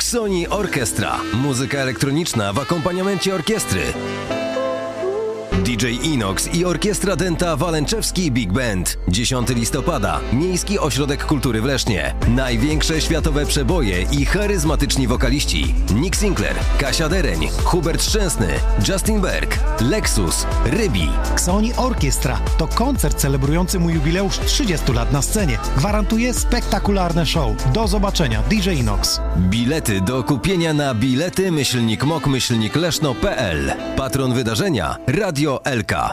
Sony Orkiestra. Muzyka elektroniczna w akompaniamencie orkiestry. DJ Inox i Orkiestra Denta Walęczewski Big Band. 10 listopada. Miejski Ośrodek Kultury w Lesznie. Największe światowe przeboje i charyzmatyczni wokaliści. Nick Sinclair, Kasia Dereń, Hubert Szczęsny, Justin Berg, Lexus, Rybi. Sony Orkiestra to koncert celebrujący mój jubileusz 30 lat na scenie. Gwarantuje spektakularne show. Do zobaczenia. DJ Inox. Bilety do kupienia na bilety-mok-leszno.pl. Patron wydarzenia Radio Elka.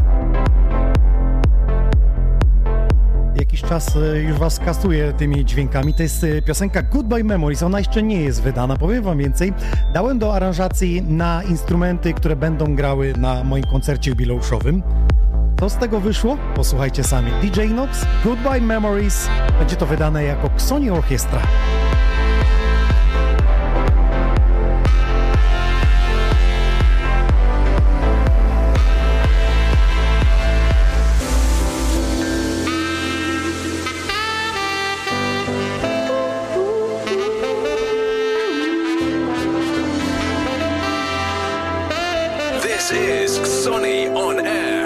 Jakiś czas już was kasuję tymi dźwiękami. To jest piosenka Goodbye Memories. Ona jeszcze nie jest wydana, powiem wam więcej. Dałem do aranżacji na instrumenty, które będą grały na moim koncercie jubileuszowym. Co z tego wyszło? Posłuchajcie sami. DJ Inox, Goodbye Memories. Będzie to wydane jako Sony Orkiestra. This is Sony on Air.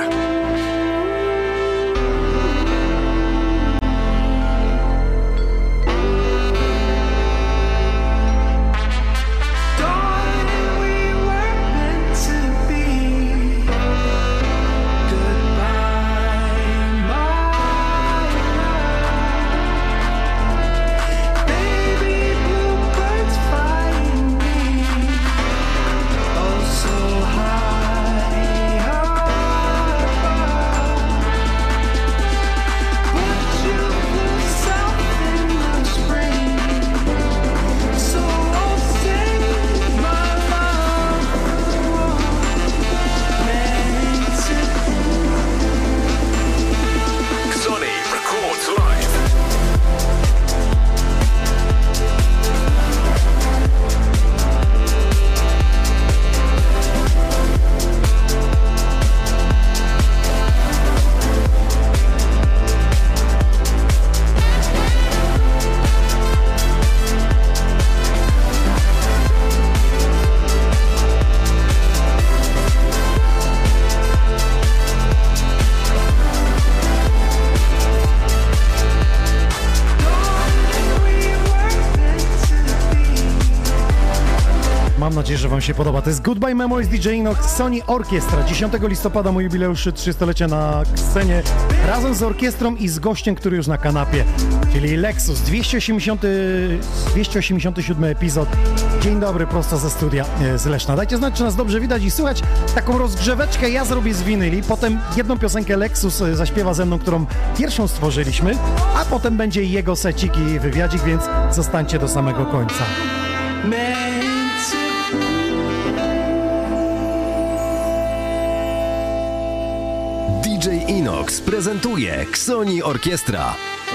Mam nadzieję, że wam się podoba. To jest Goodbye Memories, DJ Inox, Sony Orkiestra. 10 listopada mój jubileusz 300-lecia na scenie razem z orkiestrą i z gościem, który już na kanapie, czyli Lexus. 287 epizod. Dzień dobry, prosto ze studia z Leszna. Dajcie znać, czy nas dobrze widać i słychać. Taką rozgrzeweczkę ja zrobię z winyli, potem jedną piosenkę Lexus zaśpiewa ze mną, którą pierwszą stworzyliśmy, a potem będzie jego secik i wywiadzik, więc zostańcie do samego końca. DJ Inox prezentuje Sony Orkiestra.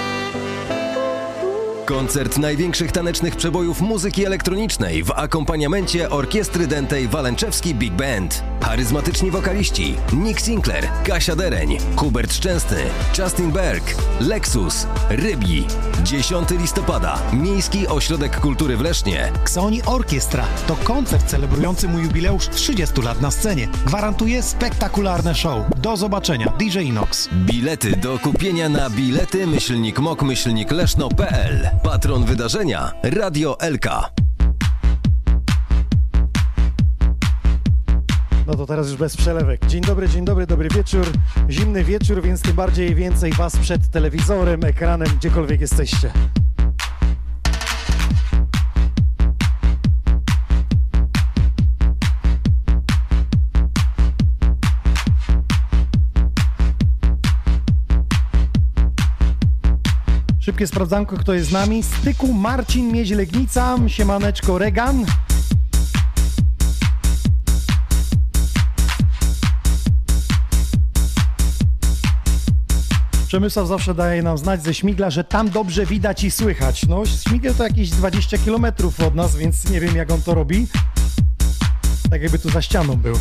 Koncert największych tanecznych przebojów muzyki elektronicznej w akompaniamencie Orkiestry Dentej Walęczewski Big Band. Charyzmatyczni wokaliści Nick Sinclair, Kasia Dereń, Hubert Szczęsny, Justin Berg, Lexus, Rybi. 10 listopada. Miejski Ośrodek Kultury w Lesznie. Sony Orkiestra to koncert celebrujący mój jubileusz 30 lat na scenie. Gwarantuje spektakularne show. Do zobaczenia. DJ Inox. Bilety do kupienia na bilety-mok-leszno.pl. Patron wydarzenia Radio Elka. No to teraz już bez przelewek. Dzień dobry, dobry wieczór. Zimny wieczór, więc tym bardziej więcej was przed telewizorem, ekranem, gdziekolwiek jesteście. Szybkie sprawdzanko, kto jest z nami. Styku Marcin Mieź-Legnica, siemaneczko Regan. Przemysław zawsze daje nam znać ze Śmigla, że tam dobrze widać i słychać. No, Śmigel to jakieś 20 km od nas, więc nie wiem, jak on to robi. Tak jakby tu za ścianą był.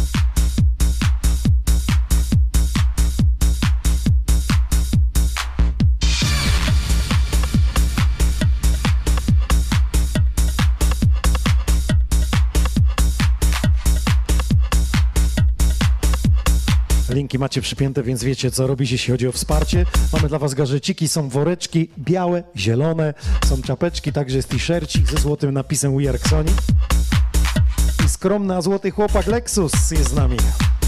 Linki macie przypięte, więc wiecie, co robić, jeśli chodzi o wsparcie. Mamy dla was gadżeciki, są woreczki białe, zielone, są czapeczki, także jest t-shircik ze złotym napisem We Are Xoni. I skromny, a złoty chłopak Lexus jest z nami.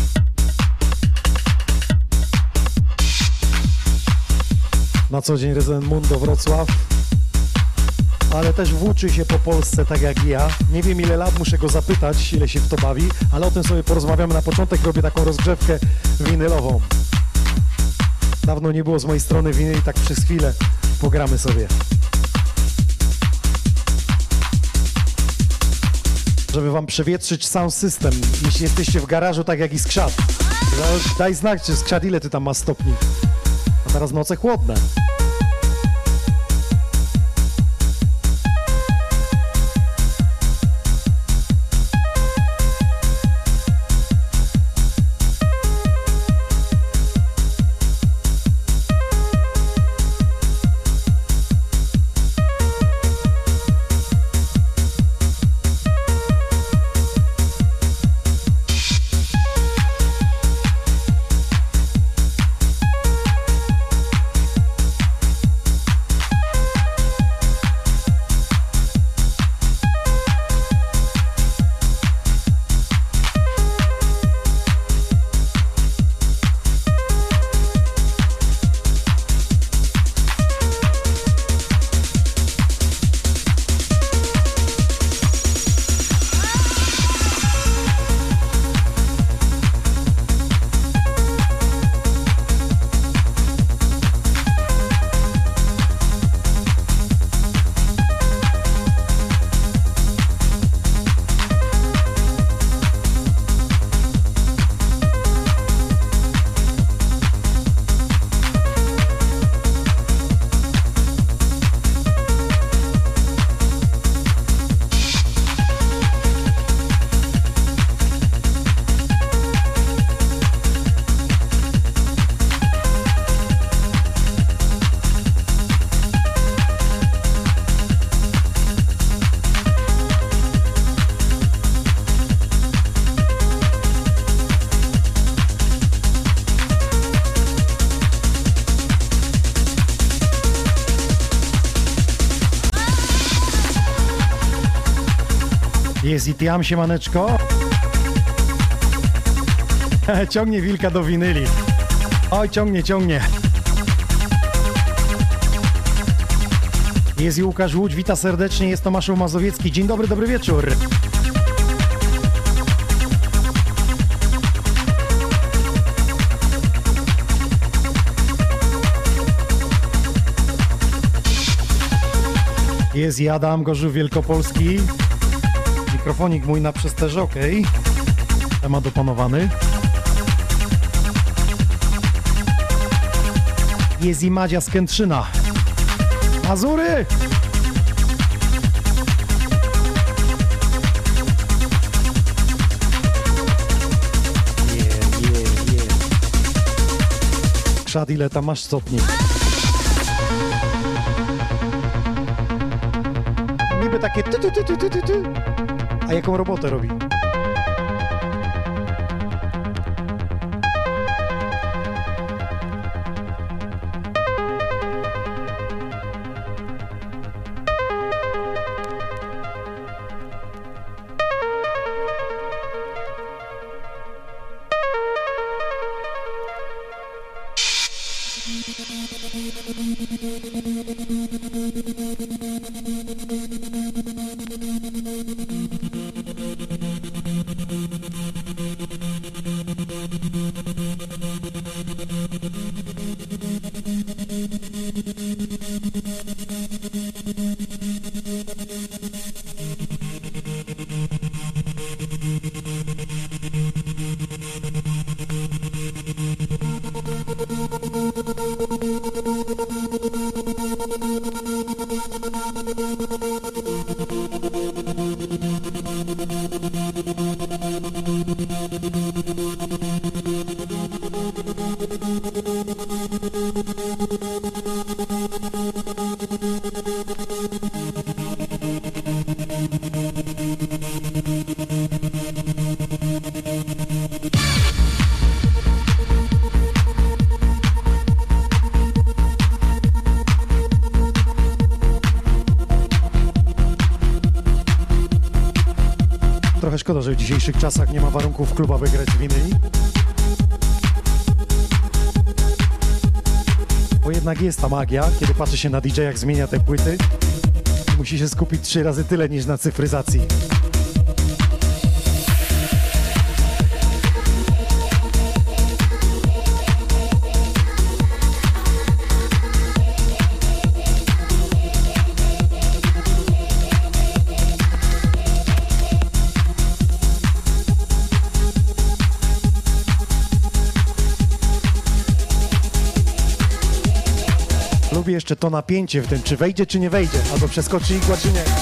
Na co dzień rezydent Mundo Wrocław, ale też włóczy się po Polsce tak jak ja. Nie wiem ile lat, muszę go zapytać, ile się w to bawi, ale o tym sobie porozmawiamy na początek. Robię taką rozgrzewkę winylową. Dawno nie było z mojej strony winyli, tak przez chwilę pogramy sobie. Żeby wam przewietrzyć sound system, jeśli jesteście w garażu tak jak i Skrzat. Daj znak, czy Skrzat, ile ty tam masz stopni? A teraz noce chłodne. Jest i Tiam, siemaneczko. Ciągnie wilka do winyli. Oj, ciągnie. Jest i Łukasz Łódź, wita serdecznie, jest Tomaszu Mazowiecki. Dzień dobry, dobry wieczór. Jest i Adam Gorzów Wielkopolski. Mikrofonik mój na przesterze, okej. Temat opanowany. Jest i Madzia z Kętrzyna. Mazury! Krzad, ile tam masz stopni? Niby takie ty. A jaką robotę robi? trochę szkoda, że w dzisiejszych czasach nie ma warunków klubowych grać z winyli. Bo jednak jest ta magia, kiedy patrzy się na DJ, jak zmienia te płyty. Musi się skupić 3 razy tyle niż na cyfryzacji. Lubię jeszcze to napięcie w tym, czy wejdzie, czy nie wejdzie, albo przeskoczy igła, czy nie.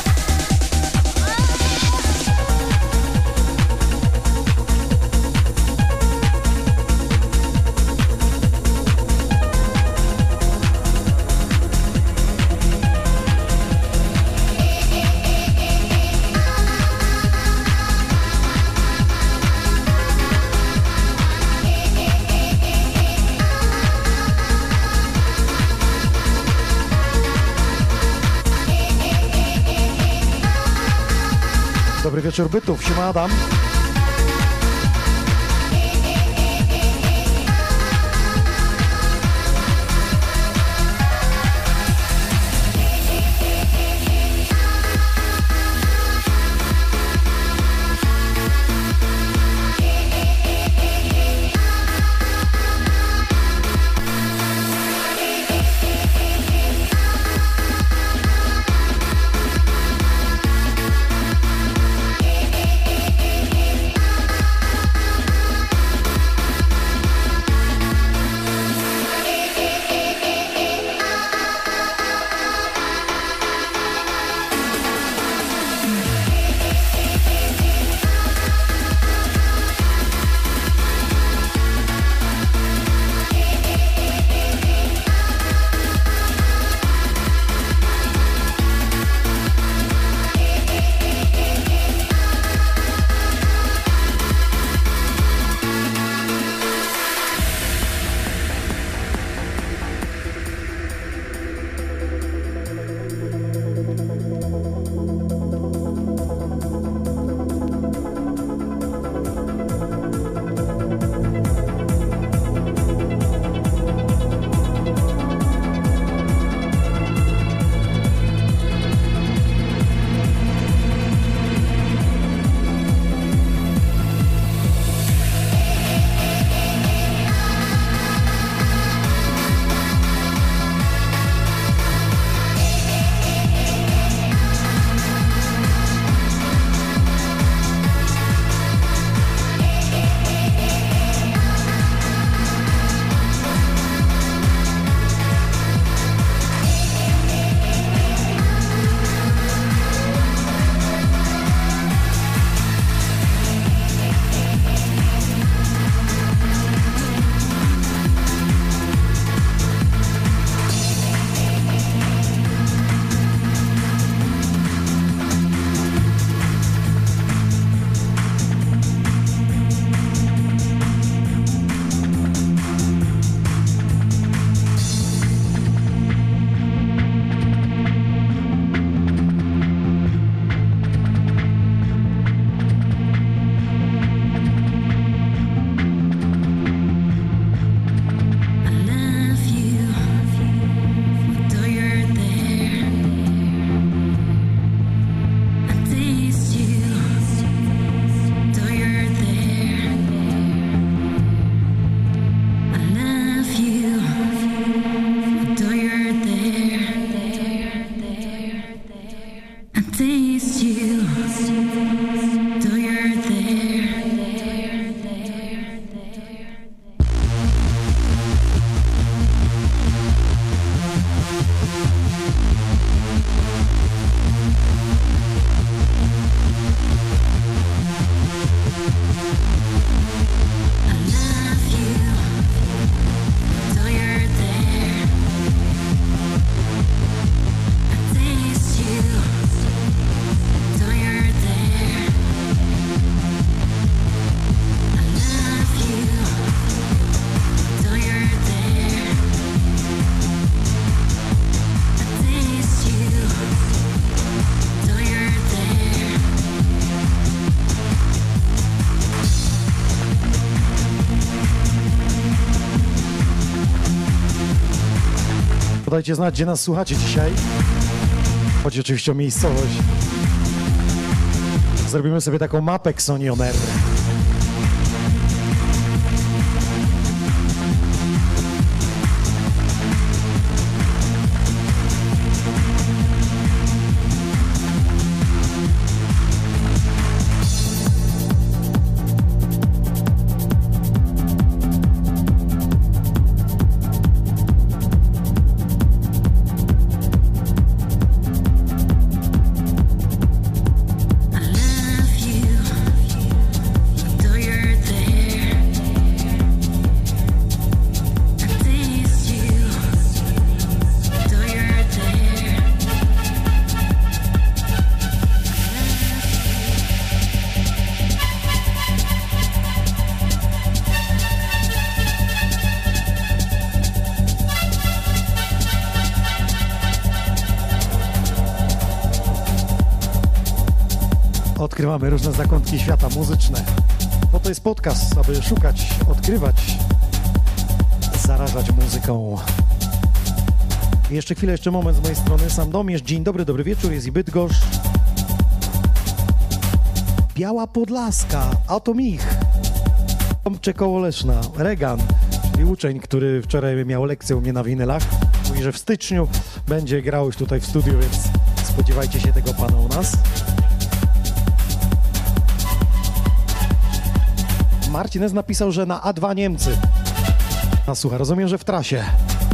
Dobry wieczór bytów, siema Adam. Podajcie znać, gdzie nas słuchacie dzisiaj. Chodzi oczywiście o miejscowość. Zrobimy sobie taką mapę Xonioner. Odkrywamy różne zakątki świata muzyczne. Po to jest podcast, aby szukać, odkrywać, zarażać muzyką. I jeszcze chwilę, jeszcze moment z mojej strony. Sandomierz, dzień dobry, dobry wieczór, jest i Bydgoszcz. Biała Podlaska, Atomich, Tomcze Kołoleszna, Regan, czyli uczeń, który wczoraj miał lekcję u mnie na winylach. Mówi, że w styczniu będzie grał już tutaj w studiu, więc spodziewajcie się tego pana u nas. Marcin S. napisał, że na A2 Niemcy. A słuchaj, rozumiem, że w trasie.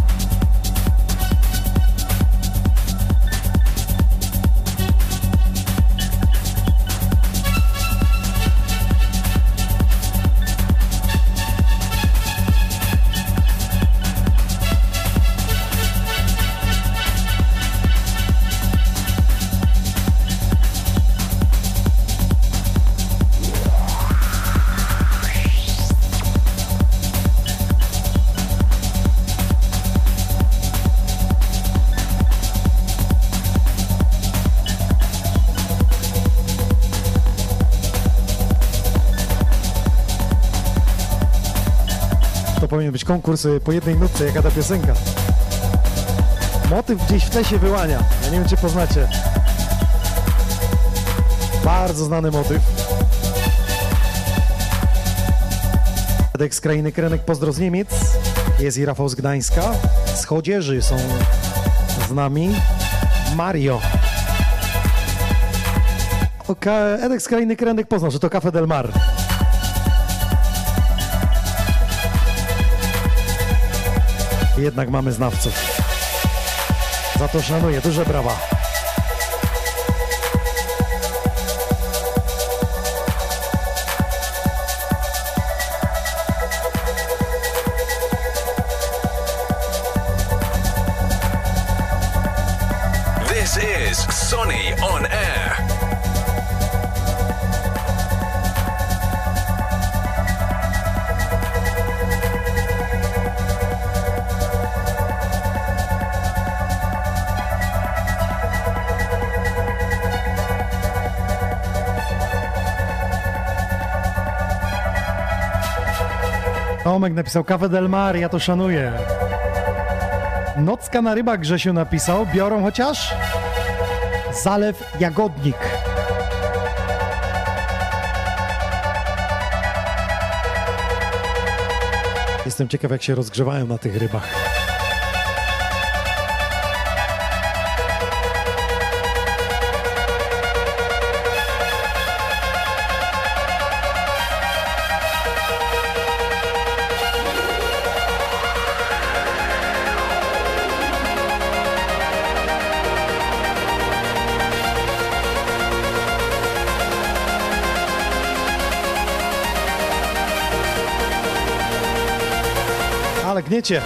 To powinien być konkurs po jednej nutce, jaka ta piosenka. Motyw gdzieś w tle się wyłania. Ja nie wiem, czy poznacie. Bardzo znany motyw. Edek z krainy Krynek, pozdro z Niemiec. Jest i Rafał z Gdańska. Z Chodzieży są z nami. Mario. Edek z krainy Krynek poznał, że to Café del Mar. Jednak mamy znawców. Za to szanuję, duże brawa. This is Sonny on Air. Tomek napisał Café del Mar, ja to szanuję. Nocka na rybach Grzesiu napisał, biorą chociaż Zalew Jagodnik. Jestem ciekaw, jak się rozgrzewają na tych rybach. Ale gniecie.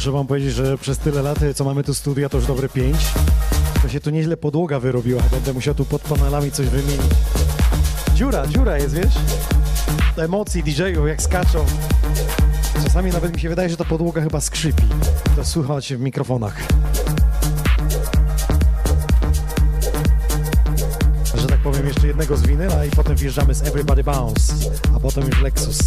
Muszę wam powiedzieć, że przez tyle lat, co mamy tu studia, to już dobre 5, to się tu nieźle podłoga wyrobiła. Będę musiał tu pod panelami coś wymienić. Dziura jest, wiesz? Do emocji DJ-ów, jak skaczą. Czasami nawet mi się wydaje, że ta podłoga chyba skrzypi. To słychać w mikrofonach. Że tak powiem, jeszcze jednego z winyla i potem wjeżdżamy z Everybody Bounce, a potem już Lexus.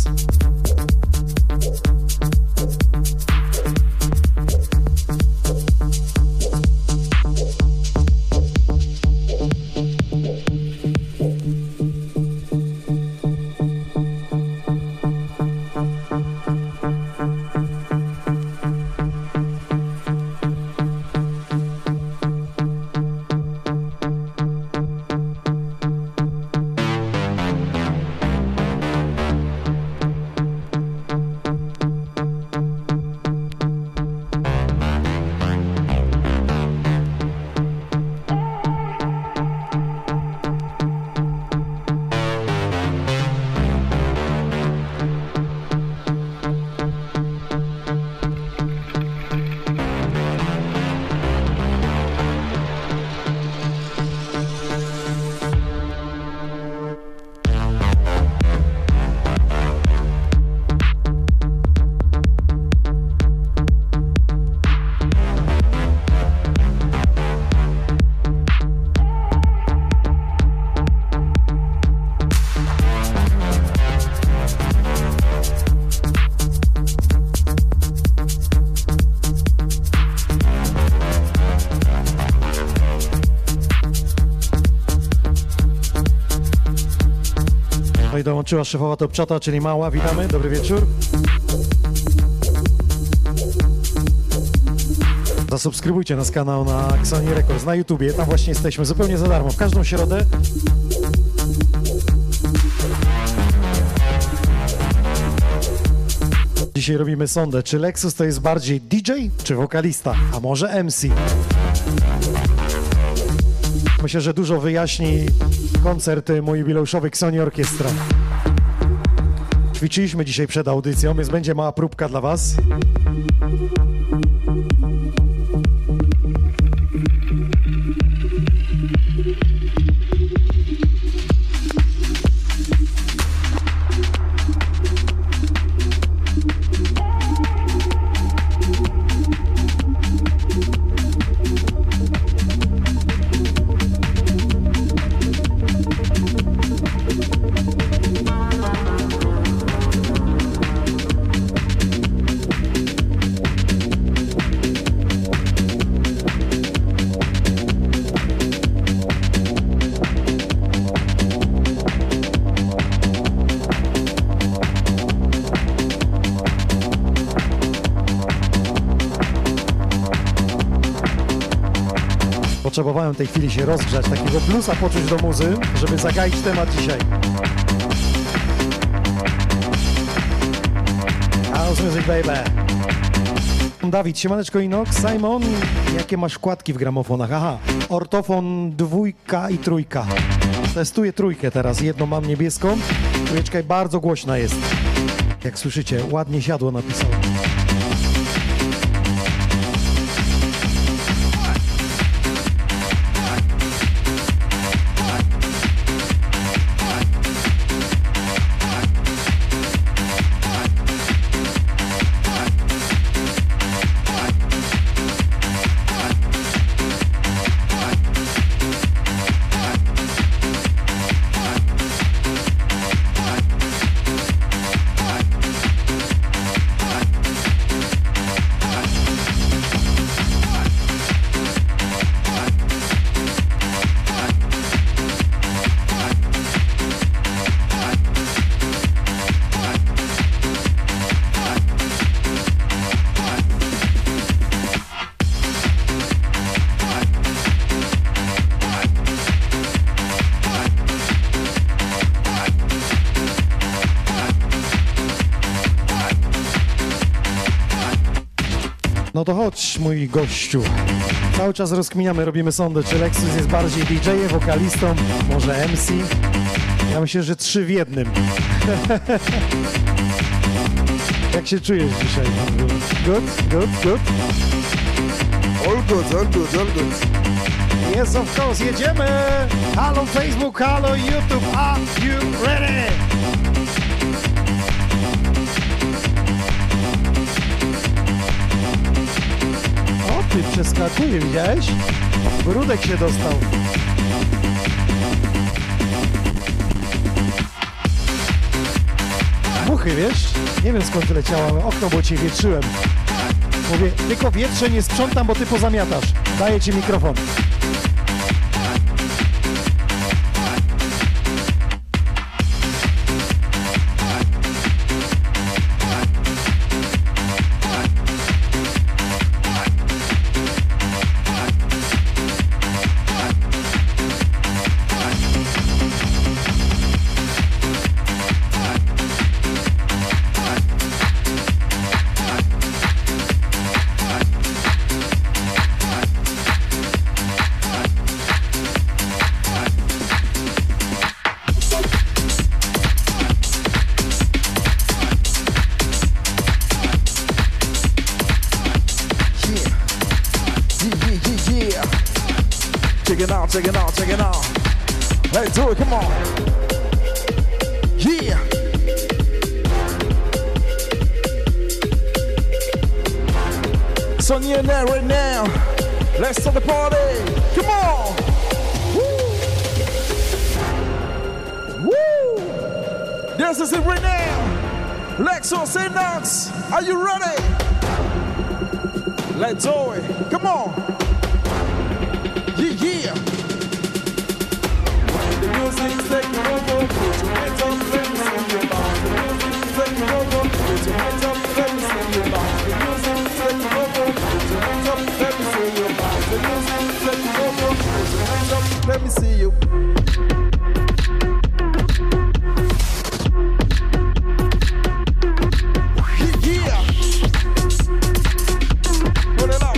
Dołączyła szefowa Top Chata, czyli Mała. Witamy, dobry wieczór. Zasubskrybujcie nasz kanał na Xoni Records na YouTubie, tam właśnie jesteśmy zupełnie za darmo, w każdą środę. Dzisiaj robimy sondę, czy Lexus to jest bardziej DJ, czy wokalista, a może MC. Myślę, że dużo wyjaśni koncert mój jubileuszowy Xoni Orkiestra. Ćwiczyliśmy dzisiaj przed audycją, więc będzie mała próbka dla was. Potrzebowałem w tej chwili się rozgrzać, takiego bluesa poczuć do muzy, żeby zagaić temat dzisiaj. House music, baby. Dawid, siemaneczko Inox. Simon, jakie masz wkładki w gramofonach? Aha, ortofon 2 i 3. Testuję 3 teraz, jedną mam niebieską, 3 bardzo głośna jest. Jak słyszycie, ładnie siadło napisałem. No to chodź, mój gościu. Cały czas rozkminiamy, robimy sondę, czy Lexus jest bardziej DJ-em, wokalistą, może MC. Ja myślę, że 3 w jednym. Jak się czujesz dzisiaj? Good? All good. Yes, of course, jedziemy! Halo Facebook, halo YouTube, are you ready? O, ty przeskakuje, widziałeś? Brudek się dostał. Muchy, wiesz? Nie wiem skąd leciała, ale okno, bo cię wietrzyłem. Mówię, tylko wietrze nie sprzątam, bo ty pozamiatasz. Daję ci mikrofon. Check it out. Let's do it, come on. Yeah. Sonia in there right now. Let's start the party. Come on. Woo. This is it right now. Lexus and Knox, are you ready? Let's do it. Come on. Yeah. The music's taking over. Put your hands up, let me see your bounce. The music's taking over. Put your hands up, let me see your bounce. The music's taking over. Put your hands up, let me see your bounce. The music's taking over. Put your hands up, let me see you. Yeah. Pull it out.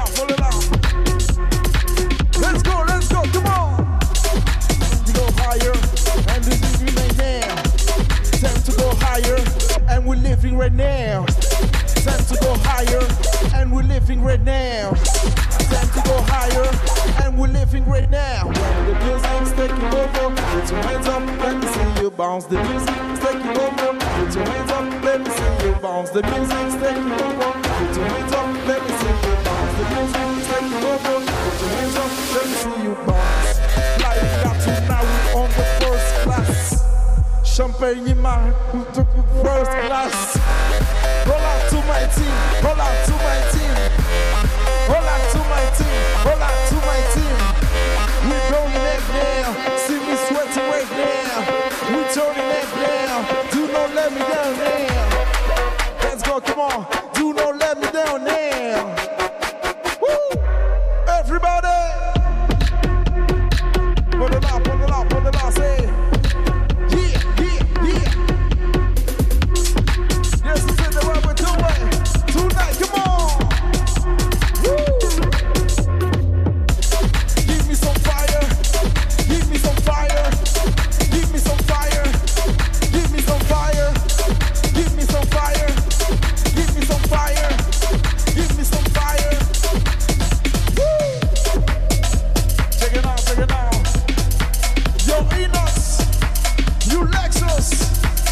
Let's go, come on. We go higher, and this is remain now. Time to go higher, and we're living right now. Time to go higher, and we're living right now. Time to go higher, and we're living right now. When the music's taking over, put your hands up, let me see you bounce. The music's taking over, put your hands up, let me see you bounce. The music's taking over, put your hands up, let me see you bounce. The music's taking over, put your hands up, let me see you bounce. Like that to now we on the first class. Champagne in my first class. Roll out to my team, roll out to my team. Roll out to my team, roll out to my team. We going it now, see me sweating right now. We turning it now, do not let me down now. Let's go, come on, do not let me down now. Woo! Everybody! Put it out, say yeah. This is it, the way we're doing tonight, come on! Woo! Give me some fire, give me some fire, give me some fire, give me some fire, give me some fire, give me some fire, give me some fire. Woo! Check it out. Yo, Enos, you Lexus.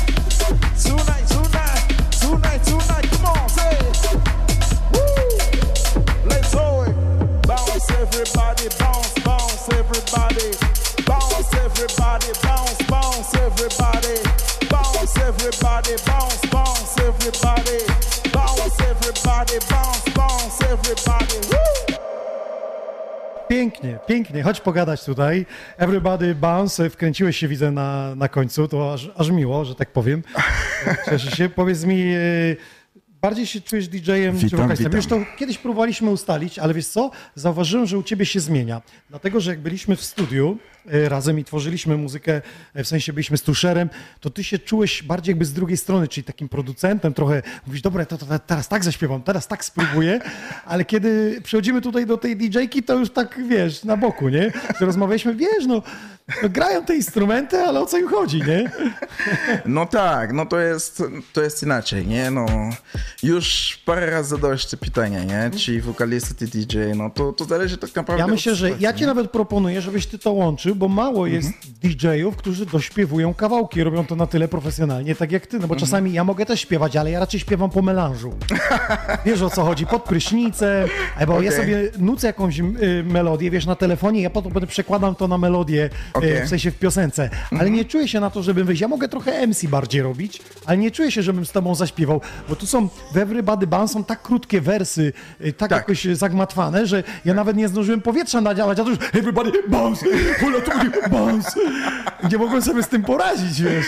Tonight, come on, say it. Woo! Let's do it. Bounce everybody, bounce everybody. Bounce everybody, bounce everybody. Bounce everybody, bounce everybody. Bounce everybody, bounce everybody. Woo! Pięknie, chodź pogadać tutaj. Everybody bounce, wkręciłeś się, widzę, na końcu, to aż miło, że tak powiem. Cieszę się. Powiedz mi, bardziej się czujesz DJ-em czy wokalistą? Wiesz, to kiedyś próbowaliśmy ustalić, ale wiesz co? Zauważyłem, że u ciebie się zmienia. Dlatego, że jak byliśmy w studiu razem i tworzyliśmy muzykę, w sensie byliśmy z Tusherem, to ty się czułeś bardziej jakby z drugiej strony, czyli takim producentem, trochę mówisz, dobra, to teraz tak zaśpiewam, teraz tak spróbuję, ale kiedy przychodzimy tutaj do tej DJ-ki, to już tak, wiesz, na boku, nie? Że rozmawialiśmy, wiesz, no No, grają te instrumenty, ale o co im chodzi, nie? No tak, no to jest inaczej, nie? No, już parę razy zadałeś te pytania, nie? Czy wokalista, ty DJ, no to zależy tak naprawdę Ja myślę, od że sytuacji, ja ci nie? nawet proponuję, żebyś ty to łączył, bo mało jest DJ-ów, którzy dośpiewują kawałki, robią to na tyle profesjonalnie, tak jak ty, no bo czasami ja mogę też śpiewać, ale ja raczej śpiewam po melanżu. Wiesz o co chodzi, pod prysznicem, albo ja Okej. sobie nucę jakąś melodię, wiesz, na telefonie, ja potem przekładam to na melodię, Okej. w sensie w piosence, ale nie czuję się na to, żebym wyjść. Ja mogę trochę MC bardziej robić, ale nie czuję się, żebym z tobą zaśpiewał, bo tu są w Everybody Bounce są tak krótkie wersy, tak jakoś zagmatwane, że ja nawet nie zdążyłem powietrza nadziałać, a to już Everybody Bounce, bounce. Nie mogłem sobie z tym poradzić, wiesz.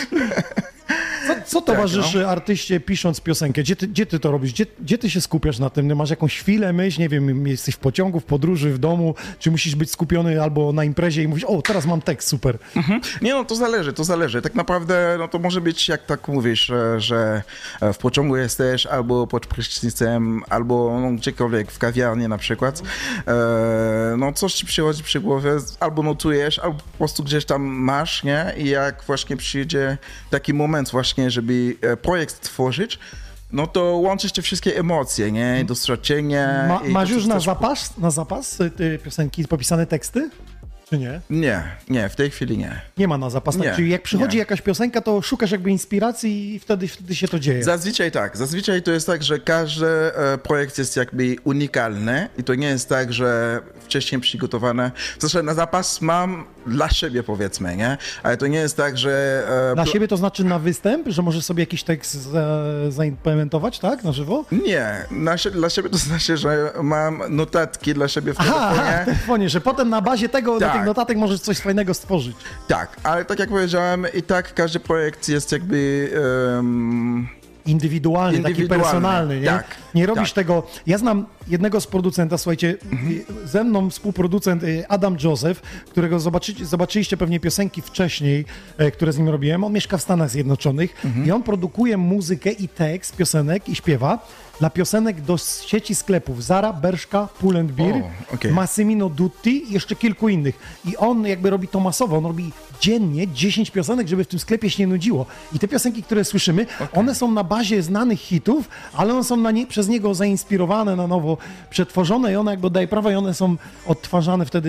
Co towarzyszy artyście pisząc piosenkę? Gdzie ty to robisz? Gdzie ty się skupiasz na tym? Masz jakąś chwilę, myśl? Nie wiem, jesteś w pociągu, w podróży, w domu? Czy musisz być skupiony albo na imprezie i mówisz, o, teraz mam tekst, super. Nie, no to zależy. Tak naprawdę no to może być, jak tak mówisz, że w pociągu jesteś, albo pod prysznicem, albo no, gdziekolwiek, w kawiarni na przykład. No coś ci przychodzi przy głowie, albo notujesz, albo po prostu gdzieś tam masz, nie? I jak właśnie przyjdzie taki moment właśnie, żeby projekt tworzyć, no to łączysz te wszystkie emocje, nie? Doświadczenie. i Masz to już coś na zapas te piosenki, popisane teksty? Czy nie? Nie, w tej chwili nie. Nie ma na zapas. Nie, Czyli jak przychodzi nie. jakaś piosenka, to szukasz jakby inspiracji i wtedy się to dzieje. Zazwyczaj tak. Zazwyczaj to jest tak, że każdy projekt jest jakby unikalny i to nie jest tak, że wcześniej przygotowane. Zresztą na zapas mam dla siebie, powiedzmy, nie? Ale to nie jest tak, że... Dla siebie to znaczy na występ, że możesz sobie jakiś tekst zaimplementować, tak? Na żywo? Nie. Dla siebie to znaczy, że mam notatki dla siebie w W telefonie. telefonie, że potem na bazie tego, na Tak. tych notatek możesz coś fajnego stworzyć. Tak, ale tak jak powiedziałem, i tak każdy projekt jest jakby... Indywidualny, taki Indywidualny, personalny, nie? tak, Nie robisz tak. tego... Ja znam jednego z producenta, słuchajcie, ze mną współproducent Adam Joseph, którego zobaczyliście pewnie piosenki wcześniej, które z nim robiłem. On mieszka w Stanach Zjednoczonych i on produkuje muzykę i tekst piosenek i śpiewa dla piosenek do sieci sklepów Zara, Bershka, Pull & Bear, okej. Massimino Dutti i jeszcze kilku innych. I on jakby robi to masowo, on robi dziennie 10 piosenek, żeby w tym sklepie się nie nudziło. I te piosenki, które słyszymy, one są na bazie znanych hitów, ale one są przez niego zainspirowane, na nowo przetworzone i one jakby daje prawo i one są odtwarzane, wtedy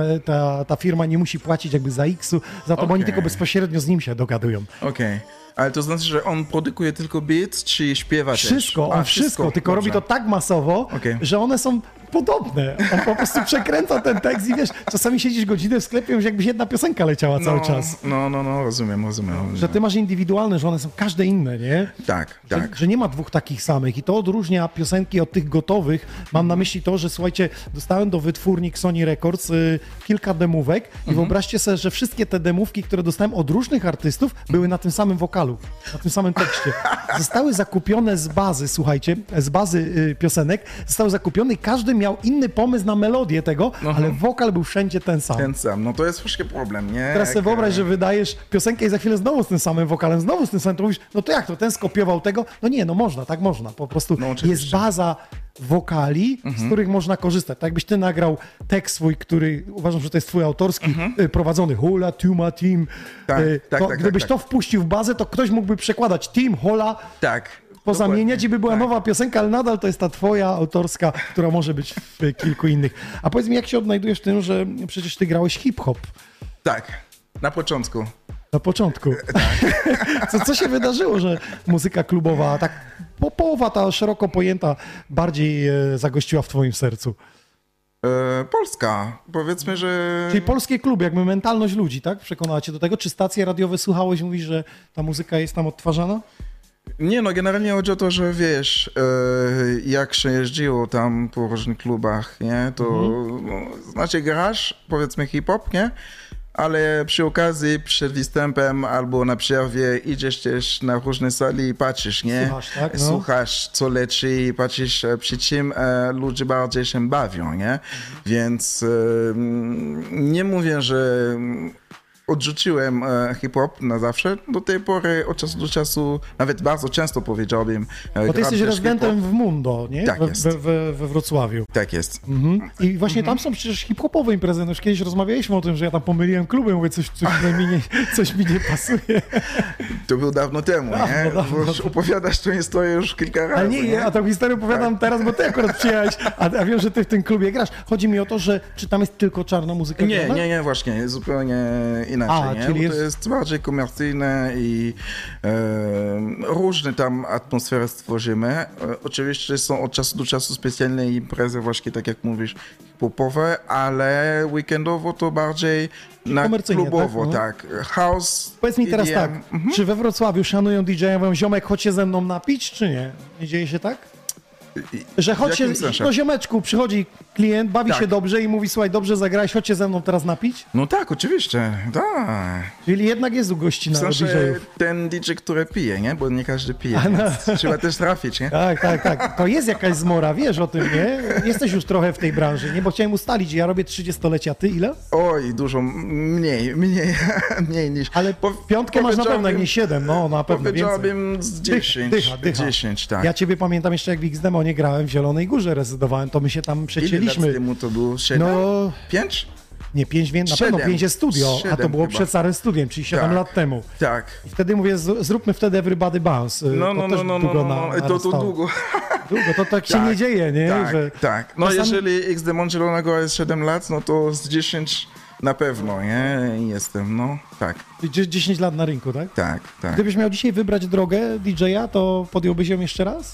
ta firma nie musi płacić jakby za X-u, za to, bo oni Okej. tylko bezpośrednio z nim się dogadują. Okej. Ale to znaczy, że on produkuje tylko beat, czy śpiewa Wszystko, też? on wszystko, tylko dobrze. robi to tak masowo, Okej. że one są podobne. On po prostu przekręca ten tekst i wiesz, czasami siedzisz godzinę w sklepie, już jakbyś jedna piosenka leciała cały czas. No, rozumiem. Że ty masz indywidualne, że one są każde inne, nie? Tak. Że nie ma dwóch takich samych i to odróżnia piosenki od tych gotowych. Mam na myśli to, że słuchajcie, dostałem do wytwórni Sony Records kilka demówek i wyobraźcie sobie, że wszystkie te demówki, które dostałem od różnych artystów, były na tym samym wokalu, na tym samym tekście. Zostały zakupione z bazy, słuchajcie, z bazy piosenek, zostały zakupione i każdy miał inny pomysł na melodię tego, ale wokal był wszędzie ten sam. Ten sam, no to jest właśnie problem, nie? Teraz sobie Jak, wyobraź, że wydajesz piosenkę i za chwilę znowu z tym samym wokalem, znowu z tym samym, to mówisz, no to jak to, ten skopiował tego? No nie, no można, tak można. Po prostu No oczywiście. jest baza wokali, z których można korzystać. Tak jakbyś ty nagrał tekst swój, który uważam, że to jest twój autorski, prowadzony Hola, Tuma, Team. Tak, to tak, gdybyś tak. to wpuścił w bazę, to ktoś mógłby przekładać Team, Hola, Tak. pozamieniać i by była tak. nowa piosenka, ale nadal to jest ta twoja autorska, która może być w kilku innych. A powiedz mi, jak się odnajdujesz w tym, że przecież ty grałeś hip-hop Tak, na początku. na początku. Co się wydarzyło, że muzyka klubowa, tak połowa ta szeroko pojęta, bardziej zagościła w twoim sercu? Polska, powiedzmy, że... Czyli polskie kluby, jakby mentalność ludzi, tak? Przekonała cię do tego? Czy stacje radiowe słuchałeś, mówisz, że ta muzyka jest tam odtwarzana? Nie, no generalnie chodzi o to, że wiesz, jak się jeździło tam po różnych klubach, nie, to no, znaczy grasz, powiedzmy hip-hop, nie, ale przy okazji, przed występem albo na przerwie idziesz też na różne sali i patrzysz, nie? Słuchasz, tak? No. Słuchasz, co leci i patrzysz, przy czym ludzie bardziej się bawią, nie? Więc nie mówię, że odrzuciłem hip-hop na zawsze. Do tej pory od czasu do czasu, nawet bardzo często powiedziałbym. Bo ty jesteś rezydentem w Mundo, nie? Tak jest. We Wrocławiu. Tak jest. I właśnie tam są przecież hip-hopowe imprezy. No już kiedyś rozmawialiśmy o tym, że ja tam pomyliłem kluby, mówię, coś mi nie pasuje. To było dawno temu, nie? Bo opowiadasz tą historię już kilka razy. Ale nie, a tą historię opowiadam teraz, bo ty akurat przyjechałeś, a wiem, że ty w tym klubie grasz. Chodzi mi o to, że czy tam jest tylko czarna muzyka? Nie, właśnie, jest zupełnie inaczej, nie? Czyli Bo to jest bardziej komercyjne i różne tam atmosfery stworzymy. Oczywiście są od czasu do czasu specjalne imprezy, właśnie tak jak mówisz, popowe, ale weekendowo to bardziej na klubowo, tak. House, Powiedz mi teraz EDM. tak, czy we Wrocławiu szanują DJ-a, mówią, ziomek, chodź się ze mną napić, czy nie? Nie dzieje się tak? Że chodź się, no ziomeczku, przychodzi klient, bawi się dobrze i mówi, słuchaj, dobrze zagrałeś, chodź się ze mną teraz napić? No tak, oczywiście, tak. Czyli jednak jest u gości na DJ-ów. Ten DJ, który pije, nie? Bo nie każdy pije, trzeba też trafić, nie? Tak. To jest jakaś zmora, wiesz o tym, nie? Jesteś już trochę w tej branży, nie? Bo chciałem ustalić, ja robię 30-lecia, ty ile? Oj, dużo mniej niż... Ale piątkę masz na pewno, jak nie 7, no na pewno więcej. Powiedziałbym z 10. Dycha. 10, tak. Ja ciebie pamiętam jeszcze, jak w X-Demonie grałem w Zielonej Górze, rezydowałem, to my się tam przecięliśmy. Ile lat temu to było? 7? No... 5? Nie, 5, na pewno 5 jest studio, 7 a to było chyba. przed Starym Studiem, czyli 7 lat temu. Tak. I wtedy mówię, zróbmy wtedy Everybody Bounce. To długo. Długo, to tak się nie dzieje, nie? Tak. No jeżeli X-Demon Zielonego jest 7 lat, no to z 10 na pewno, nie? Jestem, no, tak. 10 lat na rynku, tak? Tak. Gdybyś miał dzisiaj wybrać drogę DJ-a, to podjąłbyś ją jeszcze raz?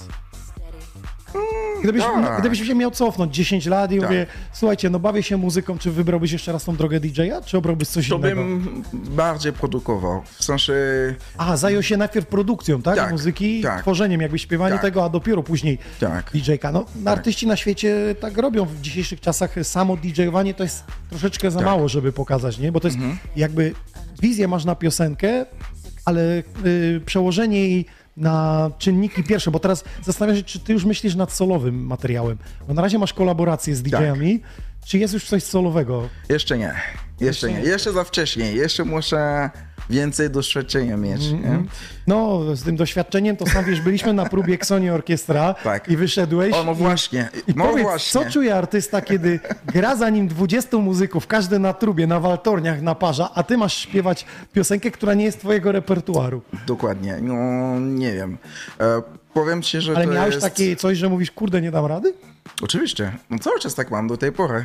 Gdybyś się miał cofnąć 10 lat i mówię, słuchajcie, no bawię się muzyką, czy wybrałbyś jeszcze raz tą drogę DJ-a, czy obrałbyś coś innego? To bym bardziej produkował, w sensie... Zajął się najpierw produkcją, tak? Muzyki, tworzeniem, jakby śpiewanie tego, a dopiero później DJ-ka. No, artyści na świecie tak robią w dzisiejszych czasach. Samo DJ-owanie to jest troszeczkę za mało, żeby pokazać, nie? Bo to jest jakby wizję masz na piosenkę, ale przełożenie jej na czynniki pierwsze, bo teraz zastanawiam się, czy ty już myślisz nad solowym materiałem, bo na razie masz kolaborację z DJ-ami, czy jest już coś solowego? Jeszcze nie. Jeszcze za wcześnie, jeszcze muszę więcej doświadczenia mieć. No, z tym doświadczeniem to sam wiesz, byliśmy na próbie Xoni Orkiestra i wyszedłeś. No właśnie. Powiedz, co czuje artysta, kiedy gra za nim 20 muzyków, każdy na trubie, na waltorniach, na parza, a ty masz śpiewać piosenkę, która nie jest twojego repertuaru? Dokładnie, no nie wiem. Powiem ci, że ale to miałeś jest... takie coś, że mówisz, kurde, nie dam rady? Oczywiście, no cały czas tak mam do tej pory.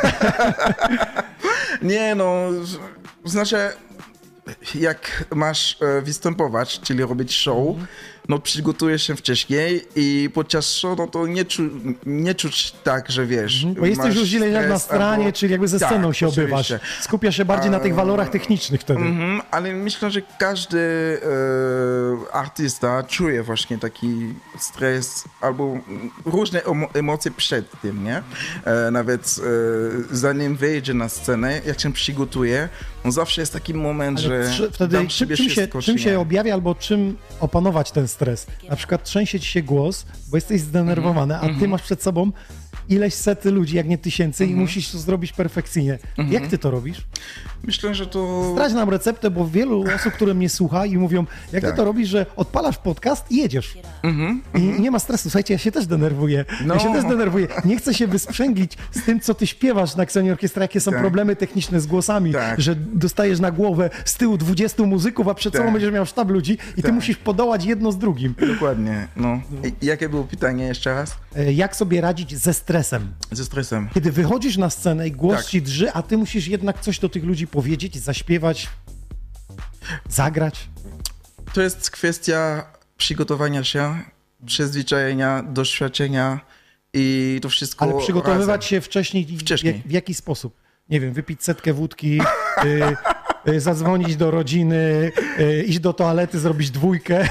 Nie no, znaczy jak masz występować, czyli robić show, no przygotujesz się wcześniej i podczas show no to nie czuć tak, że wiesz... Bo jesteś już źle jak na stronie, czyli jakby ze sceną się obywasz. Skupiasz się bardziej na tych walorach technicznych wtedy. Ale myślę, że każdy artysta czuje właśnie taki stres albo różne emocje przed tym, nie? Nawet zanim wejdzie na scenę, jak się przygotuje, no zawsze jest taki moment, że wtedy dam sobie wszystko, czym się objawia albo czym opanować ten stres? Na przykład trzęsie ci się głos, bo jesteś zdenerwowany, a ty masz przed sobą ileś sety ludzi, jak nie tysięcy i musisz to zrobić perfekcyjnie. Jak ty to robisz? Myślę, że to... Zdradź nam receptę, bo wielu osób, które mnie słucha i mówią, jak ty to robisz, że odpalasz podcast i jedziesz. I nie ma stresu. Słuchajcie, ja się też denerwuję. Nie chcę się wysprzęglić z tym, co ty śpiewasz na Xoni Orkiestra, jakie są problemy techniczne z głosami, że dostajesz na głowę z tyłu 20 muzyków, a przed sobą będziesz miał sztab ludzi i ty musisz podołać jedno z drugim. Dokładnie. No. Jakie było pytanie jeszcze raz? Jak sobie radzić ze stresem? Ze stresem. Kiedy wychodzisz na scenę i głos ci drży, a ty musisz jednak coś do tych ludzi powiedzieć, zaśpiewać, zagrać. To jest kwestia przygotowania się, przyzwyczajenia, doświadczenia i to wszystko. Ale przygotowywać razem. się wcześniej. W jaki sposób? Nie wiem, wypić setkę wódki, zadzwonić do rodziny, iść do toalety, zrobić dwójkę.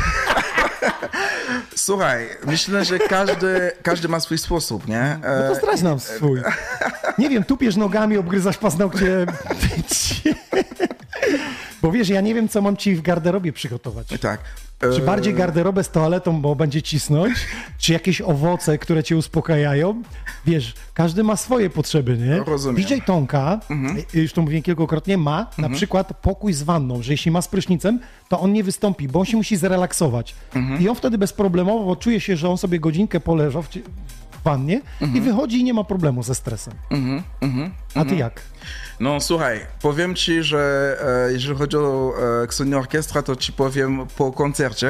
Słuchaj, myślę, że każdy ma swój sposób, nie? No to zdradź nam swój. Nie wiem, tupiesz nogami, obgryzasz paznokcie. Bo wiesz, ja nie wiem, co mam ci w garderobie przygotować. Tak. Czy bardziej garderobę z toaletą, bo będzie cisnąć, czy jakieś owoce, które cię uspokajają? Wiesz, każdy ma swoje potrzeby, nie? Rozumiem. DJ Tonka, już to mówiłem kilkukrotnie, ma na przykład pokój z wanną, że jeśli ma z prysznicem, to on nie wystąpi, bo on się musi zrelaksować. I on wtedy bezproblemowo czuje się, że on sobie godzinkę poleżał w wannie i wychodzi i nie ma problemu ze stresem. A ty jak? No słuchaj, powiem ci, że jeżeli chodzi o Xoni Orkiestra, to ci powiem po koncercie.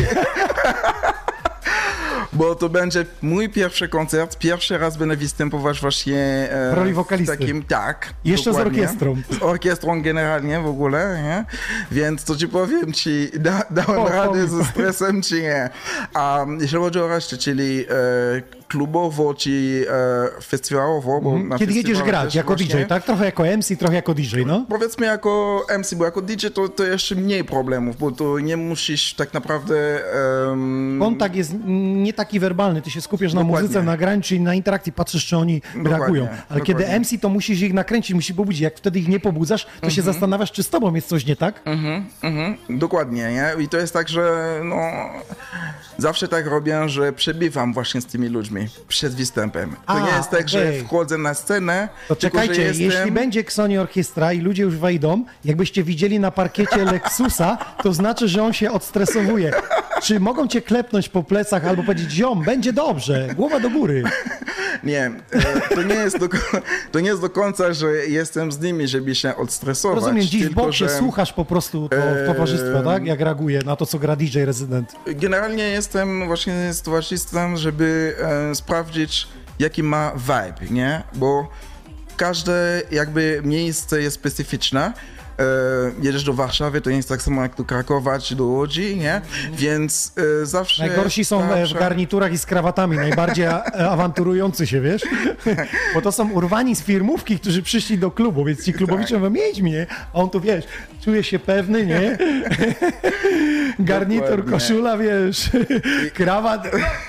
Bo to będzie mój pierwszy koncert. Pierwszy raz będę występować właśnie w roli wokalisty. Takim, tak. Jeszcze dokładnie. z orkiestrą. Z orkiestrą generalnie w ogóle, nie? Więc to ci powiem, ci dałem radę ze stresem, czy nie. A jeżeli chodzi o resztę, czyli klubowo, czy festiwalowo, bo na Kiedy jedziesz grać też jako właśnie, DJ, tak? Trochę jako MC, trochę jako DJ, no? Powiedzmy jako MC, bo jako DJ to jeszcze mniej problemów, bo to nie musisz tak naprawdę... Kontakt jest nie taki werbalny, ty się skupiasz na Dokładnie. muzyce, na graniu, czyli na interakcji, patrzysz, czy oni reagują. Ale kiedy dokładnie. MC, to musisz ich nakręcić, musisz pobudzić. Jak wtedy ich nie pobudzasz, to się zastanawiasz, czy z tobą jest coś nie tak? Dokładnie, nie? I to jest tak, że no... Zawsze tak robię, że przebywam właśnie z tymi ludźmi przed występem. To nie jest tak, że wchodzę na scenę, To tylko, czekajcie, że jestem... jeśli będzie Xoni Orkiestra i ludzie już wejdą, jakbyście widzieli na parkiecie Lexusa, to znaczy, że on się odstresowuje. Czy mogą cię klepnąć po plecach albo powiedzieć, ziom, będzie dobrze, głowa do góry. Nie, to nie jest do końca, że jestem z nimi, żeby się odstresować. Rozumiem, dziś w tylko, boksie że... słuchasz po prostu to towarzystwo, tak? Jak reaguje na to, co gra DJ rezydent. Generalnie jestem właśnie z towarzystwem, żeby sprawdzić, jaki ma vibe, nie? Bo każde jakby miejsce jest specyficzne. Jedziesz do Warszawy, to nie jest tak samo jak do Krakowa czy do Łodzi, nie? Więc zawsze... Najgorsi są w garniturach i z krawatami, najbardziej awanturujący się, wiesz? Bo to są urwani z firmówki, którzy przyszli do klubu, więc ci klubowicze mówią, jedź mnie, a on tu, wiesz, czuje się pewny, nie? Garnitur, Dokładnie. koszula, wiesz, krawat,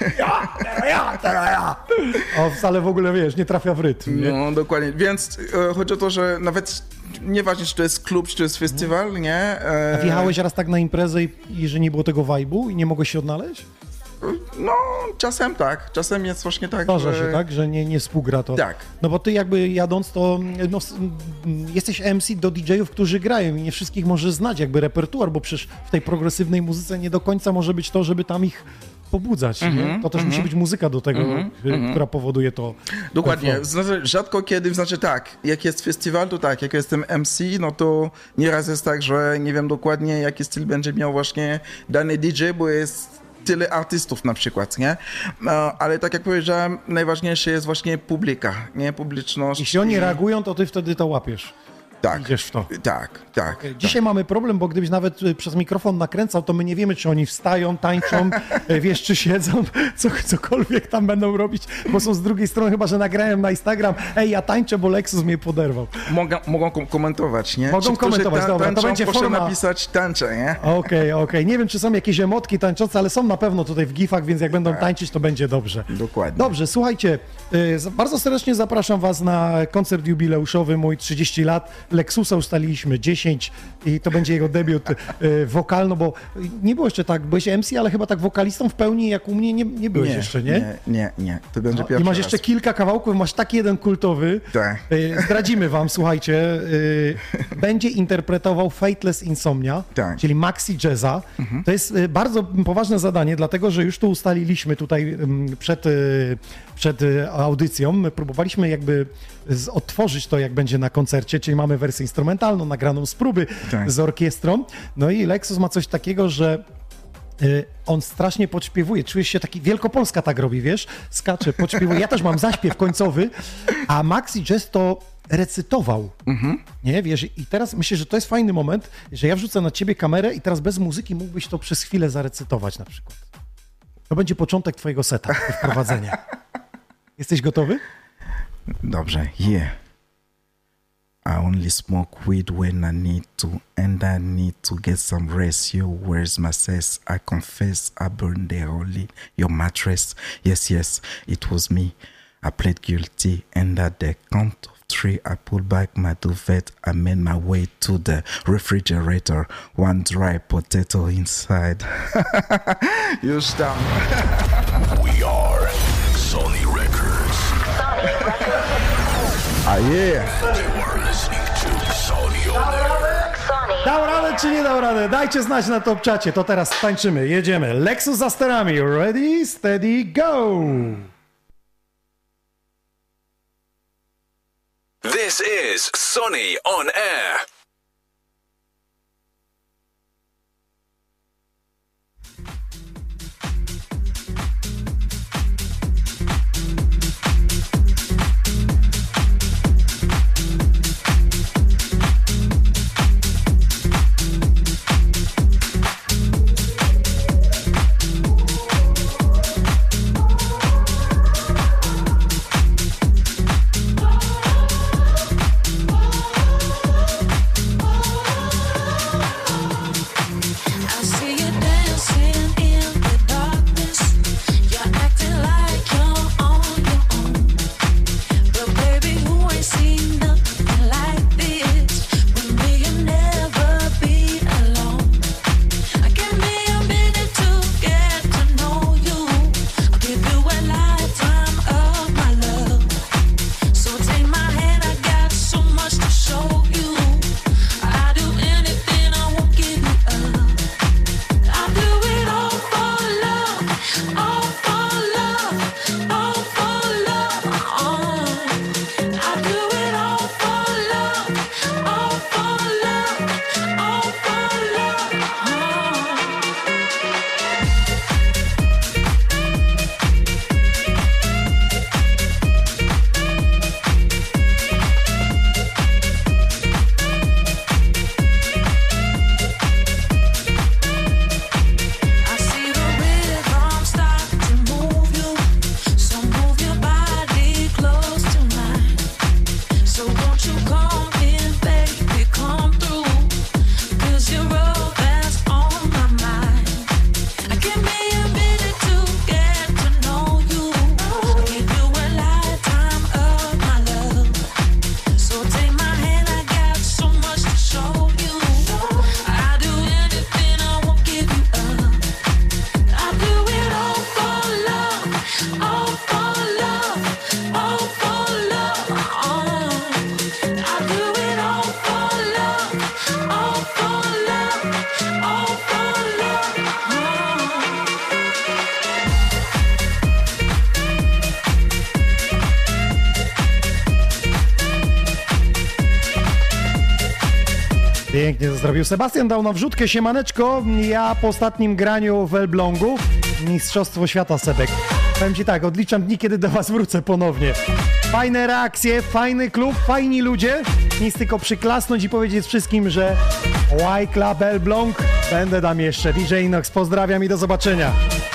ja. A wcale w ogóle, wiesz, nie trafia w rytm, nie? No, dokładnie. Więc chodzi o to, że nawet nieważne, czy to jest klub, czy to jest festiwal, nie? A wjechałeś raz tak na imprezę i że nie było tego vibe'u i nie mogłeś się odnaleźć? No, czasem tak. Czasem jest właśnie tak, Zdarza że... się, tak? Że nie współgra to. Tak. No bo ty jakby jadąc to, no, jesteś MC do DJ-ów, którzy grają i nie wszystkich możesz znać jakby repertuar, bo przecież w tej progresywnej muzyce nie do końca może być to, żeby tam ich pobudzać, nie? To też musi być muzyka do tego, która powoduje to. Dokładnie. Znaczy, rzadko kiedy, znaczy tak, jak jest festiwal, to tak, jak jestem MC, no to nieraz jest tak, że nie wiem dokładnie, jaki styl będzie miał właśnie dany DJ, bo jest tyle artystów na przykład, nie? Ale tak jak powiedziałem, najważniejsze jest właśnie publika, nie? Publiczność. Jeśli oni reagują, to ty wtedy to łapiesz. Tak. Idziesz w to. Tak. Dzisiaj mamy problem, bo gdybyś nawet przez mikrofon nakręcał, to my nie wiemy, czy oni wstają, tańczą, wiesz, czy siedzą, cokolwiek tam będą robić, bo są z drugiej strony, chyba że nagrają na Instagram, ja tańczę, bo Lexus mnie poderwał. Mogą komentować, nie? Mogą komentować, dobra, tańczą, to będzie proszę forma... napisać tańczę, nie? Okej. Nie wiem, czy są jakieś emotki tańczące, ale są na pewno tutaj w gifach, więc jak będą tańczyć, to będzie dobrze. Dokładnie. Dobrze, słuchajcie, bardzo serdecznie zapraszam was na koncert jubileuszowy, mój 30 lat. Lexusa ustaliliśmy 10 i to będzie jego debiut wokalno, bo nie było jeszcze tak, byłeś MC, ale chyba tak wokalistą w pełni jak u mnie nie byłeś jeszcze, nie? Nie. To będzie pierwszy I masz raz. jeszcze kilka kawałków, masz taki jeden kultowy. Tak. Zdradzimy wam, słuchajcie, będzie interpretował Fateless Insomnia, Tak. czyli maxi jazza. To jest bardzo poważne zadanie, dlatego, że już to ustaliliśmy tutaj przed audycją. My próbowaliśmy jakby odtworzyć to, jak będzie na koncercie, czyli mamy wersję instrumentalną, nagraną z próby, Tak. z orkiestrą. No i Lexus ma coś takiego, że on strasznie podśpiewuje. Czujesz się taki... Wielkopolska tak robi, wiesz? Skacze, podśpiewuje. Ja też mam zaśpiew końcowy, a maxi jazz to recytował. Nie, wiesz? I teraz myślę, że to jest fajny moment, że ja wrzucę na ciebie kamerę i teraz bez muzyki mógłbyś to przez chwilę zarecytować na przykład. To będzie początek twojego seta, wprowadzenia. Jesteś gotowy? Dobrze, yeah. I only smoke weed when I need to, and I need to get some rest. Yo, where's my cess? I confess I burned the hole in your mattress. Yes, it was me. I pled guilty, and at the count of 3, pantry, I pulled back my duvet, I made my way to the refrigerator, one dry potato inside. Już tam. We are Sony Records. A yeah. You are listening to Sony on Air. Dał radę czy nie dał radę? Dajcie znać na top czacie. To teraz tańczymy, jedziemy. Lexus za sterami. Ready, steady, go! This is Sony on Air. Pięknie to zrobił. Sebastian dał na wrzutkę, siemaneczko. Ja po ostatnim graniu w Elblągu, Mistrzostwo Świata Sebek. Powiem ci tak, odliczam dni, kiedy do was wrócę ponownie. Fajne reakcje, fajny klub, fajni ludzie. Nic tylko przyklasnąć i powiedzieć wszystkim, że Y Club Elbląg będę tam jeszcze. DJ Inox, pozdrawiam i do zobaczenia.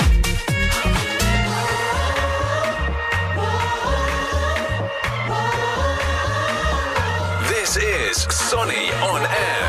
This is Sony on Air.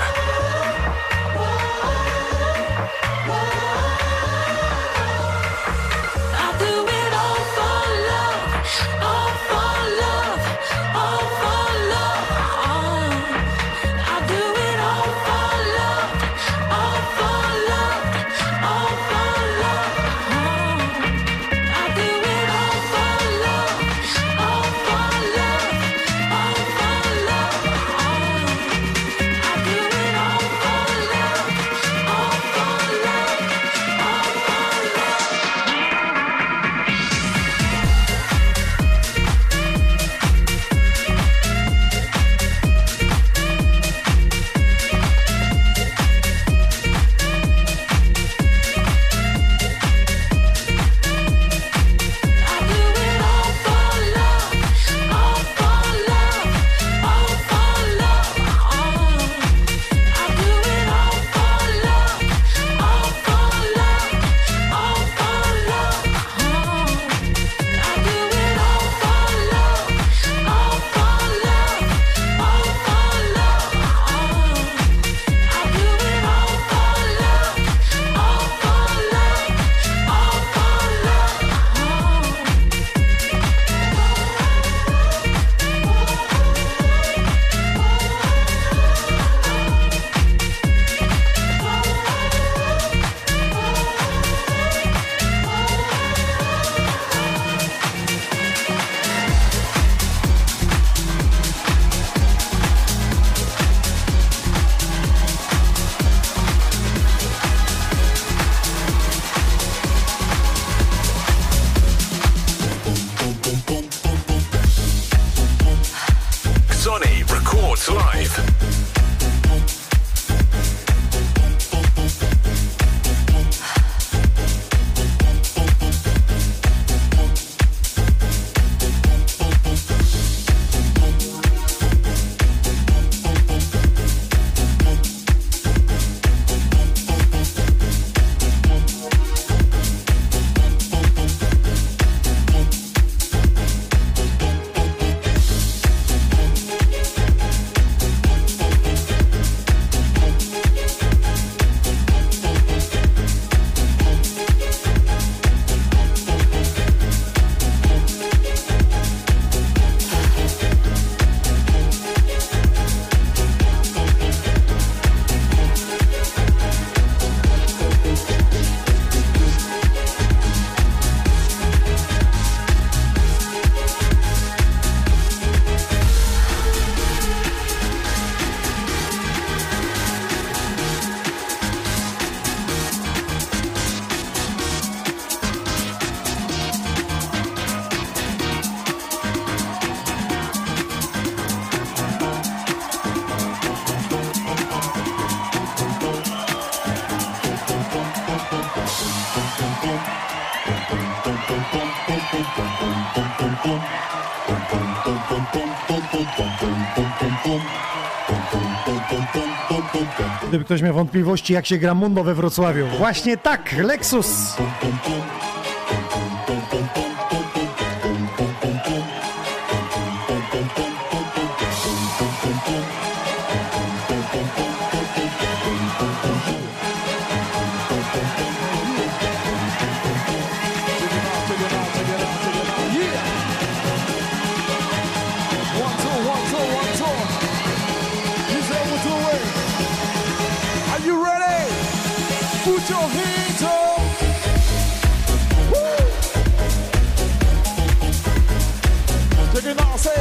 Sports Live. Gdyby ktoś miał wątpliwości, jak się gra Mundo we Wrocławiu. Właśnie tak, Lexus! Put your hands up. Woo. Take it now, say.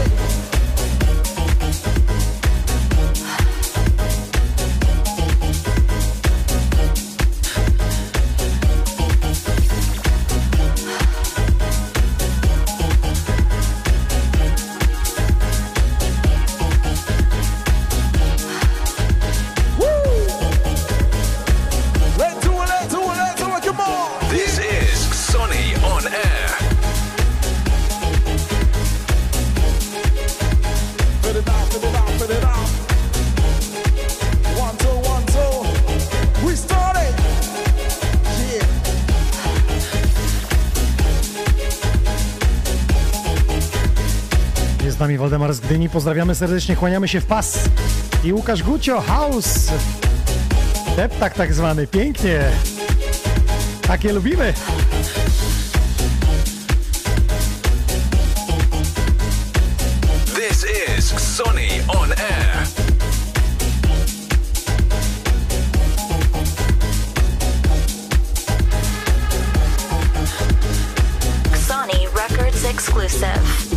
Z nami Waldemar z Gdyni, pozdrawiamy serdecznie, kłaniamy się w pas. I Łukasz Gucio, House, deptak tak zwany, pięknie, takie lubimy. This is Sonny on Air. Sony Records exclusive.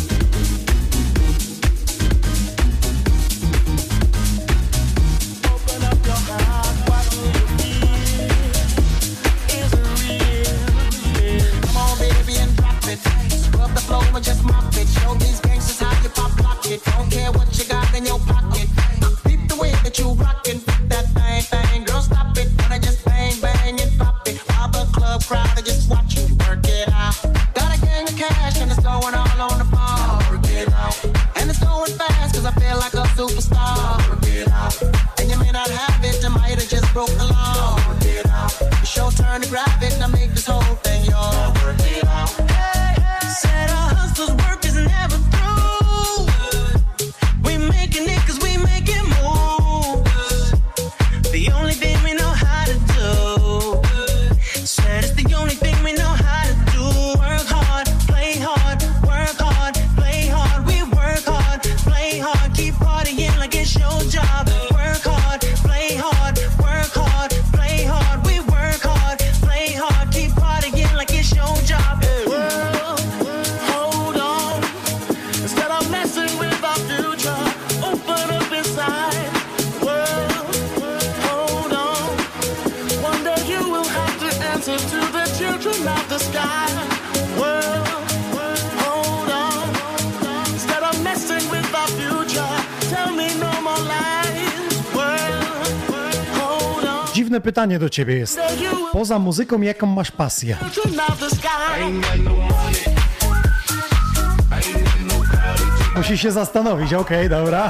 Just mop it, show these gangsters how you pop lock it. Don't care what you got in your pocket. Peep the way that you rockin', that thing, thing. Girl, stop it, wanna just bang, bang and pop it. While the club crowd are just watching you work it out. Got a gang of cash and it's going all on the phone. Work it out. And it's going fast 'cause I feel like a superstar. Work it out. And you may not have it, you might have just broke the law. Work it out. It's your turn to grab it and I make this whole thing yours. Work it out. Said our hustle's work is never through. We making it 'cause we make it move. The only thing we know how to do. Said it's the only thing we know how to do. Work hard, play hard, work hard, play hard. We work hard, play hard, keep partying like it's your job. Work hard, play hard, work hard, play hard. We work hard, play hard, keep partying like it's your job. To the children of the sky, world, hold on. Instead of messing with our future, tell me no. dziwne pytanie do ciebie jest. Poza muzyką, jaką masz pasję? Musisz się zastanowić, okej, dobra.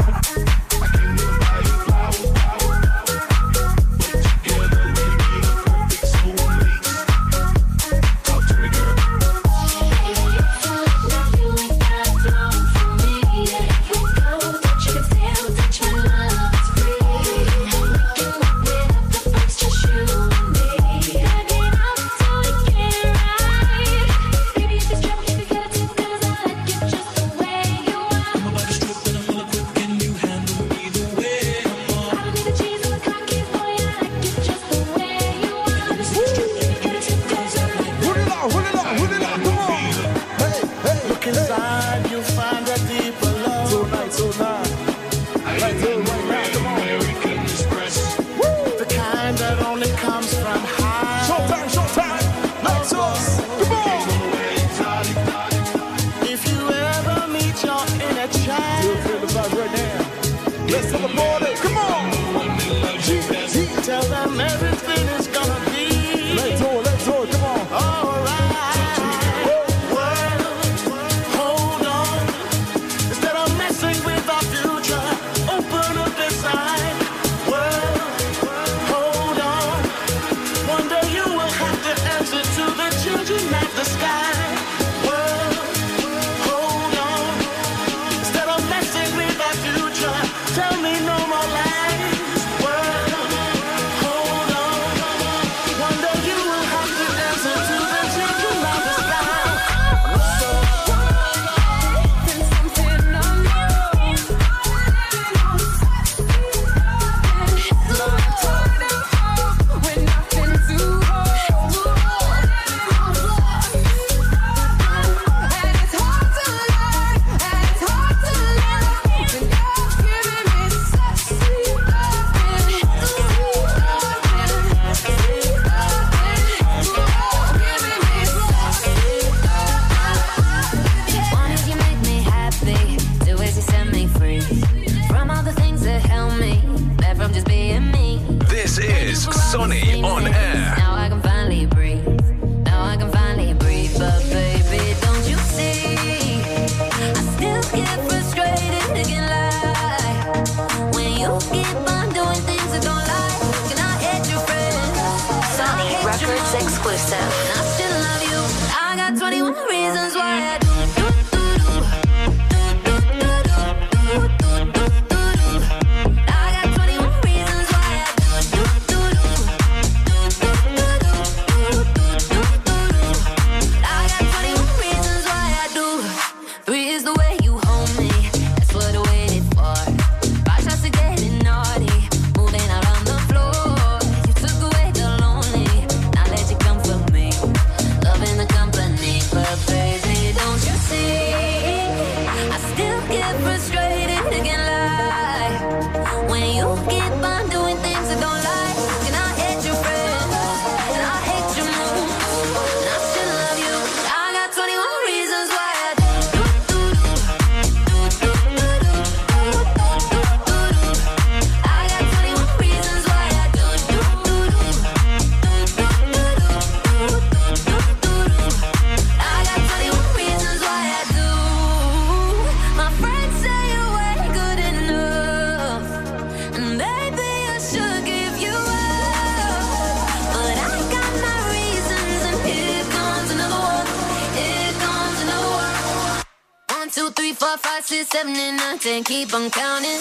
Keep on counting.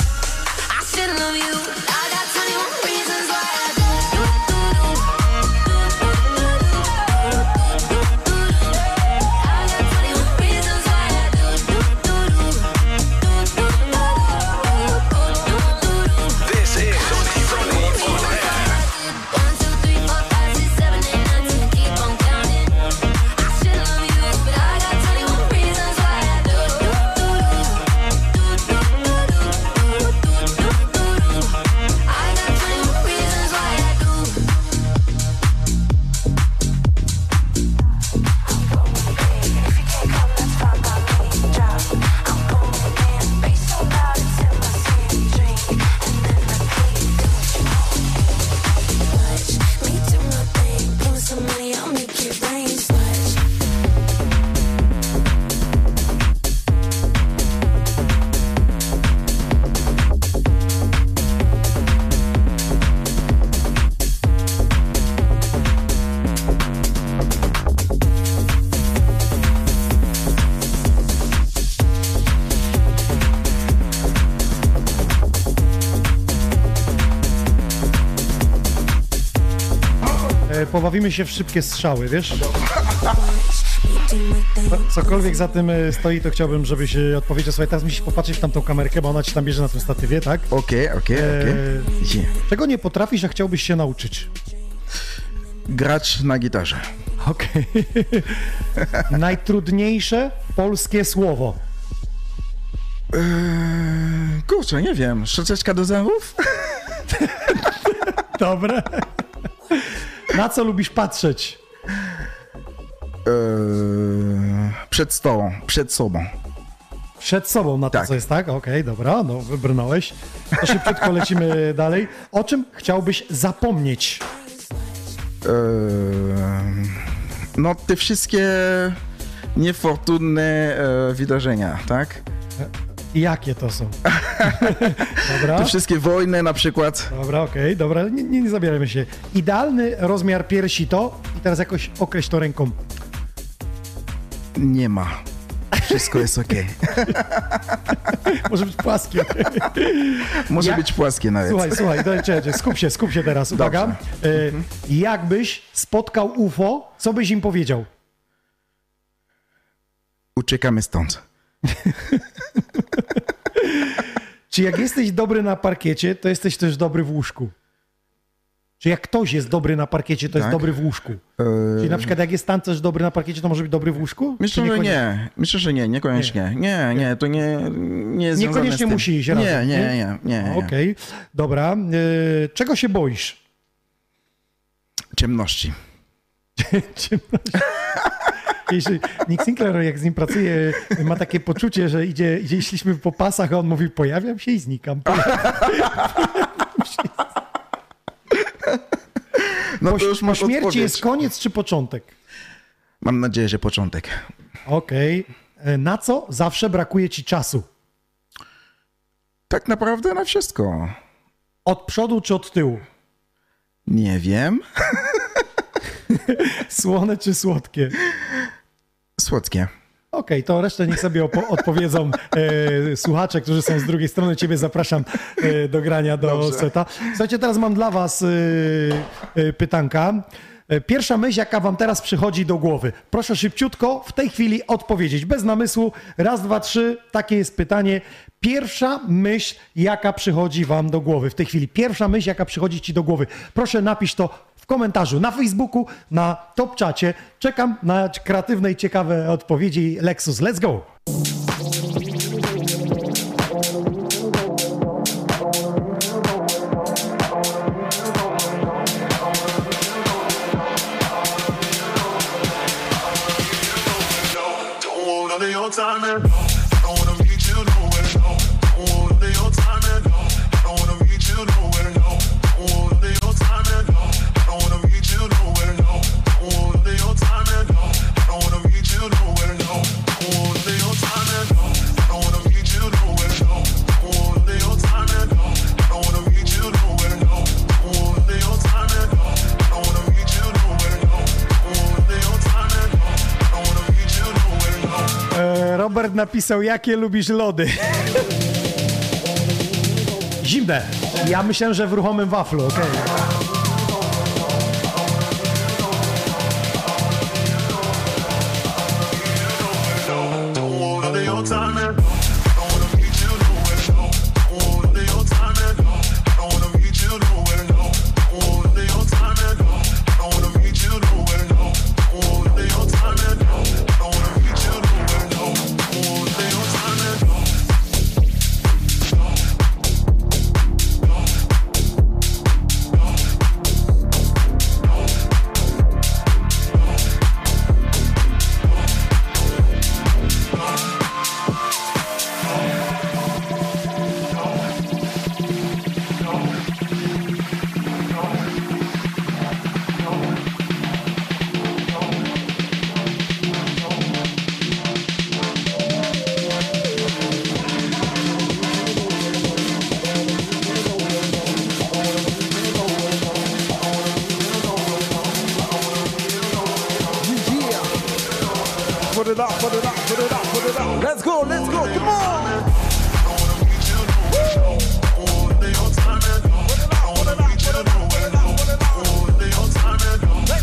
I should love you. I got 21 reasons why I do. I got 21 reasons why I do. This is Sonny on Air. 1, 2, 3, 4, 5, 6, 7, 8, 9, 10. Keep on counting. I should love you, but I got 21 reasons why I do. I got 21 reasons Pobawimy się w szybkie strzały, wiesz? Cokolwiek za tym stoi, to chciałbym, żebyś odpowiedział. Słuchaj, teraz musisz popatrzeć w tamtą kamerkę, bo ona ci tam bierze na tym statywie, tak? Okej. Czego nie potrafisz, a chciałbyś się nauczyć? Grać na gitarze. Okej. Najtrudniejsze polskie słowo. Kurczę, nie wiem. Szczoteczka do zębów? Dobre. Na co lubisz patrzeć? Przed sobą. Przed sobą na to, Tak. co jest, tak? Okej, dobra, no wybrnąłeś. To szybciutko lecimy dalej. O czym chciałbyś zapomnieć? No te wszystkie niefortunne wydarzenia, tak? I jakie to są? Dobra, Te wszystkie wojny na przykład. dobra, okej, dobra, nie zabierajmy się. Idealny rozmiar piersi to, i teraz jakoś określ to ręką. Nie ma. Wszystko jest okej. Może być płaskie. Może Jak- być płaskie nawet. Słuchaj, czekaj, skup się teraz, uwaga. Jakbyś spotkał UFO, co byś im powiedział? Uciekamy stąd. Czy jak jesteś dobry na parkiecie, to jesteś też dobry w łóżku? Czy jak ktoś jest dobry na parkiecie, to jest Tak. dobry w łóżku? Czyli na przykład jak jest tancerz dobry na parkiecie, to może być dobry w łóżku? Czy Myślę, że niekoniecznie? nie. Myślę, że nie. Niekoniecznie. Nie, to nie jest związane Niekoniecznie z tym. musi iść razem. Nie. Okej, dobra. Czego się boisz? Ciemności. Nick Sinclair, jak z nim pracuje, ma takie poczucie, że szliśmy po pasach, a on mówi, pojawiam się i znikam. No to już Po masz śmierci odpowiedź. jest koniec czy początek? Mam nadzieję, że początek. Okej. Na co zawsze brakuje ci czasu? Tak naprawdę na wszystko. Od przodu czy od tyłu? Nie wiem. Słone czy słodkie? Słodkie. Okej, to resztę niech sobie odpowiedzą słuchacze, którzy są z drugiej strony. Ciebie zapraszam do grania do seta. Słuchajcie, teraz mam dla was pytanka. Pierwsza myśl, jaka wam teraz przychodzi do głowy. Proszę szybciutko w tej chwili odpowiedzieć. Bez namysłu. Raz, dwa, trzy. Takie jest pytanie. Pierwsza myśl, jaka przychodzi wam do głowy w tej chwili. Pierwsza myśl, jaka przychodzi ci do głowy. Proszę napisz to w komentarzu na Facebooku, na Top Czacie. Czekam na kreatywne i ciekawe odpowiedzi. Lexus, let's go! Don't want none of your time and go. I don't wanna meet you nowhere, no. Don't want none of your time and go. I don't wanna meet you nowhere, no. Don't want none of your time and go. I don't wanna meet you nowhere, no. Don't want none of your time and go. I don't wanna meet you nowhere, no. Don't want none of your time and go. I don't wanna meet you nowhere, no. Don't want none of your time and go. I don't wanna meet you nowhere, no. Don't want none of your time and go. I don't wanna meet you nowhere, no. Don't want none of your time and go. I don't wanna meet you nowhere, no. Robert napisał, jakie lubisz lody? Zimne. Ja myślałem, że w ruchomym waflu, okej. Don't want none of your time and go. I don't wanna meet you nowhere, no. Don't want none of your time and go. I don't wanna meet you nowhere, no. Don't want none of your time and go. I don't wanna meet you nowhere, no. Don't want none of your time and go. I don't wanna meet you nowhere, no. Don't want none of your time and go. Yeah. Put it up, put it up, put it up, put it up. Let's go, come on. Let's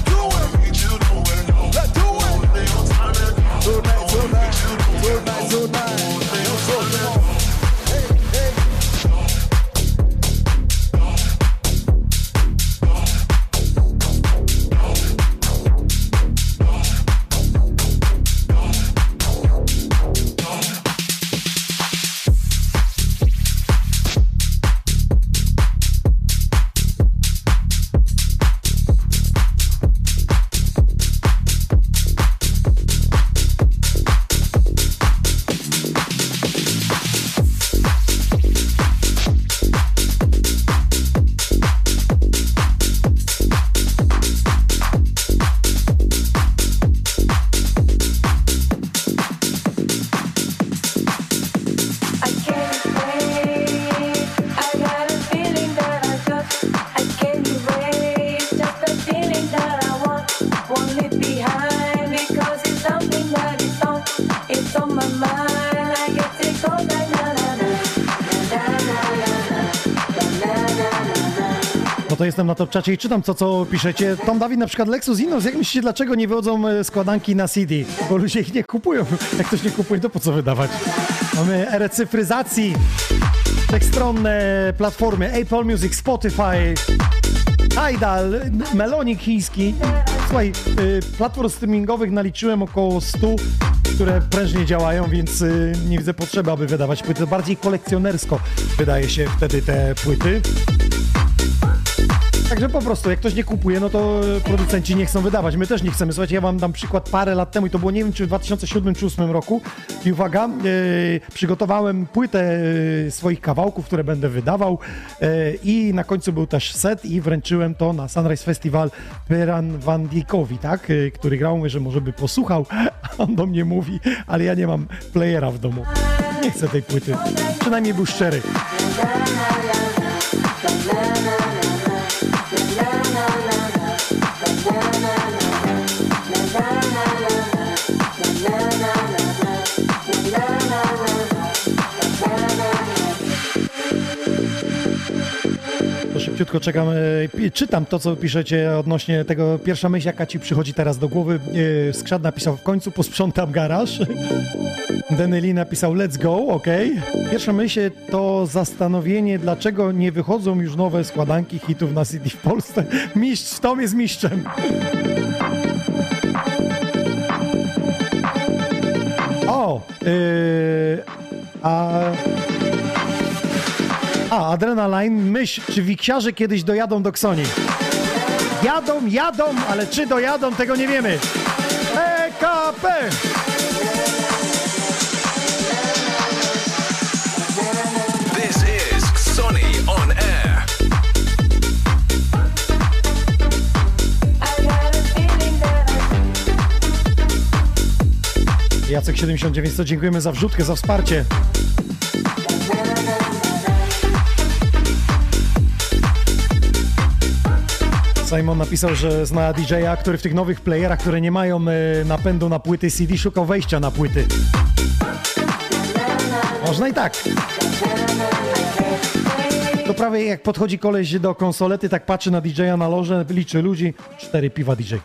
No to jestem na top czacie i czytam to, co piszecie. Tom Dawid na przykład Lexus Inos. Jak myślicie, dlaczego nie wychodzą składanki na CD? Bo ludzie ich nie kupują. Jak ktoś nie kupuje, to po co wydawać? Mamy erę cyfryzacji. Wszechstronne platformy Apple Music, Spotify, Tidal, Melonik chiński. Słuchaj, platform streamingowych naliczyłem około 100, które prężnie działają, więc nie widzę potrzeby, aby wydawać płyty. Bardziej kolekcjonersko wydaje się wtedy te płyty. Także po prostu, jak ktoś nie kupuje, no to producenci nie chcą wydawać. My też nie chcemy. Słuchajcie, ja wam dam przykład parę lat temu i to było, nie wiem, czy w 2007 czy 2008 roku. I uwaga, przygotowałem płytę swoich kawałków, które będę wydawał i na końcu był też set i wręczyłem to na Sunrise Festival Peran Van Diekowi, tak? Który grał, mówię, że może by posłuchał, a on do mnie mówi, ale ja nie mam playera w domu. Nie chcę tej płyty. Przynajmniej był szczery. Szybciutko czekam, czytam to, co piszecie odnośnie tego. Pierwsza myśl, jaka ci przychodzi teraz do głowy. Skrzat napisał: w końcu posprzątam garaż. Deneli napisał: let's go, ok. Pierwsza myśl to zastanowienie, dlaczego nie wychodzą już nowe składanki hitów na CD w Polsce. Mistrz, Tom jest mistrzem. O, Adrenaline, myśl, czy wiksiarze kiedyś dojadą do Ksoni? Jadą, ale czy dojadą, tego nie wiemy. PKP! This is Ksoni on air. Jacek 79, to dziękujemy za wrzutkę, za wsparcie. Simon napisał, że zna DJ-a, który w tych nowych playerach, które nie mają napędu na płyty CD, szukał wejścia na płyty. Można i tak. To prawie jak podchodzi koleś do konsolety, tak patrzy na DJ-a na loże, liczy ludzi, 4 piwa DJ.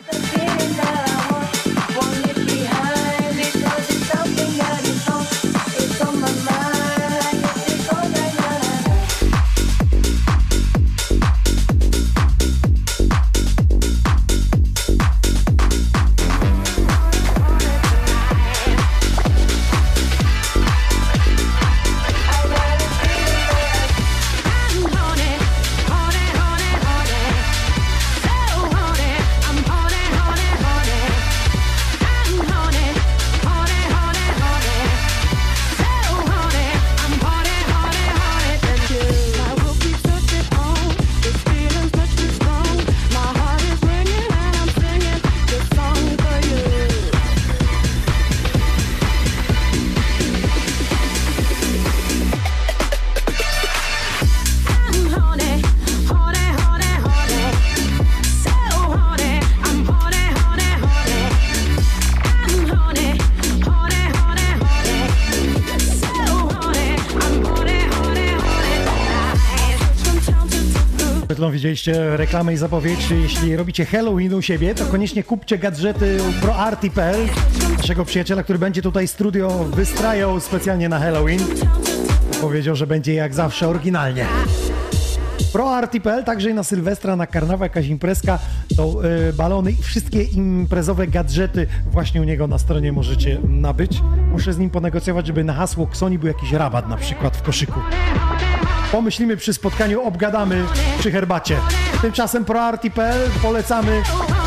Widzieliście reklamę i zapowiedź. Jeśli robicie Halloween u siebie, to koniecznie kupcie gadżety ProArty.pl, naszego przyjaciela, który będzie tutaj studio wystrajał specjalnie na Halloween. Powiedział, że będzie jak zawsze oryginalnie. ProArty.pl, także i na Sylwestra, na karnawał, jakaś imprezka, to balony i wszystkie imprezowe gadżety właśnie u niego na stronie możecie nabyć. Muszę z nim ponegocjować, żeby na hasło Ksoni był jakiś rabat na przykład w koszyku. Pomyślimy przy spotkaniu, obgadamy przy herbacie. Tymczasem ProArty.pl polecamy.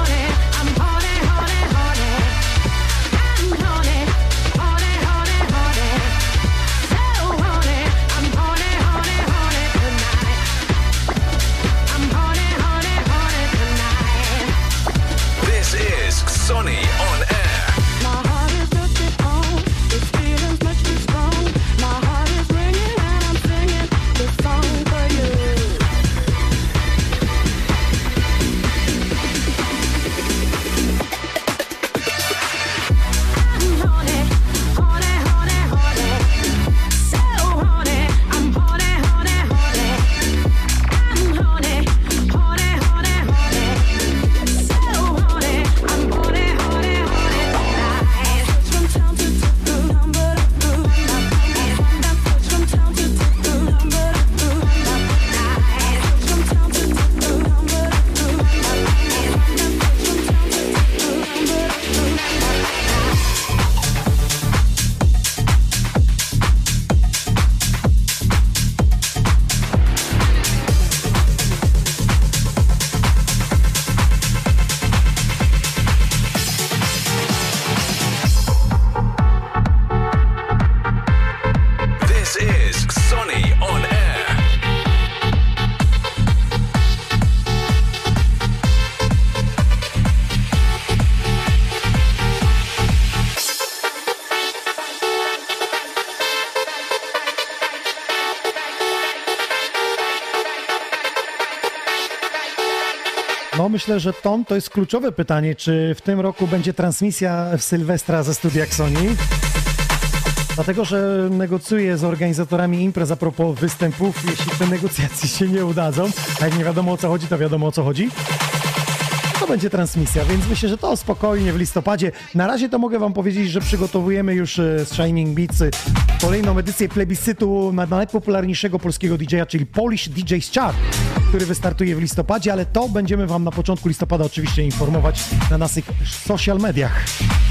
This is Ksoni on air. No myślę, że Tom, to jest kluczowe pytanie, czy w tym roku będzie transmisja w Sylwestra ze studia Sony? Dlatego, że negocjuję z organizatorami imprez a propos występów, jeśli te negocjacje się nie udadzą, a jak nie wiadomo o co chodzi, to wiadomo o co chodzi. To będzie transmisja, więc myślę, że to spokojnie w listopadzie. Na razie to mogę wam powiedzieć, że przygotowujemy już z Shining Beats kolejną edycję plebiscytu na najpopularniejszego polskiego DJ-a, czyli Polish DJ's Chart, który wystartuje w listopadzie, ale to będziemy wam na początku listopada oczywiście informować na naszych social mediach.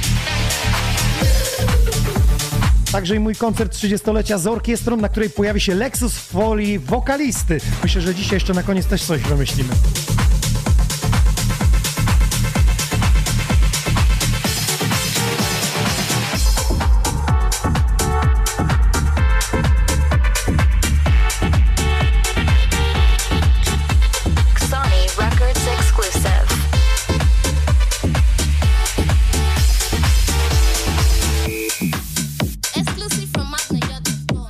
Także i mój koncert 30-lecia z orkiestrą, na której pojawi się Lexus w folii wokalisty. Myślę, że dzisiaj jeszcze na koniec też coś wymyślimy. Sony Records exclusive. Exclusive from MagnaYard.com.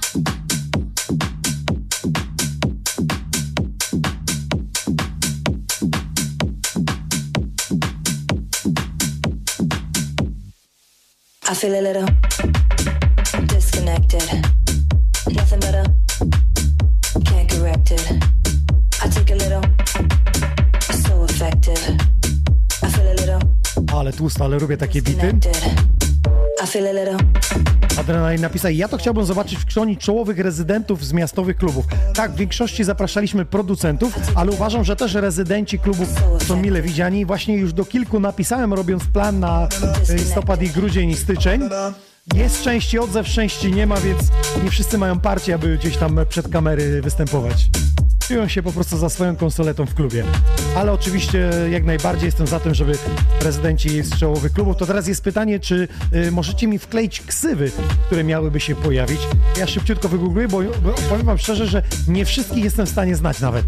I feel a little disconnected. Nothing better. Can't correct it. I take a little. So effective. I feel a little Ale tłusto, ale lubię takie bity. connected. I feel a little. Adrenalin napisał, ja to chciałbym zobaczyć w Ksoni czołowych rezydentów z miastowych klubów. Tak, w większości zapraszaliśmy producentów, ale uważam, że też rezydenci klubów są mile widziani. Właśnie już do kilku napisałem, robiąc plan na listopad i grudzień i styczeń. Jest części odzew, części nie ma, więc nie wszyscy mają parcie, aby gdzieś tam przed kamery występować. Czują się po prostu za swoją konsoletą w klubie. Ale oczywiście jak najbardziej jestem za tym, żeby rezydenci z czołowych klubów. To teraz jest pytanie, czy możecie mi wkleić ksywy, które miałyby się pojawić. Ja szybciutko wygoogluję, bo powiem wam szczerze, że nie wszystkich jestem w stanie znać nawet.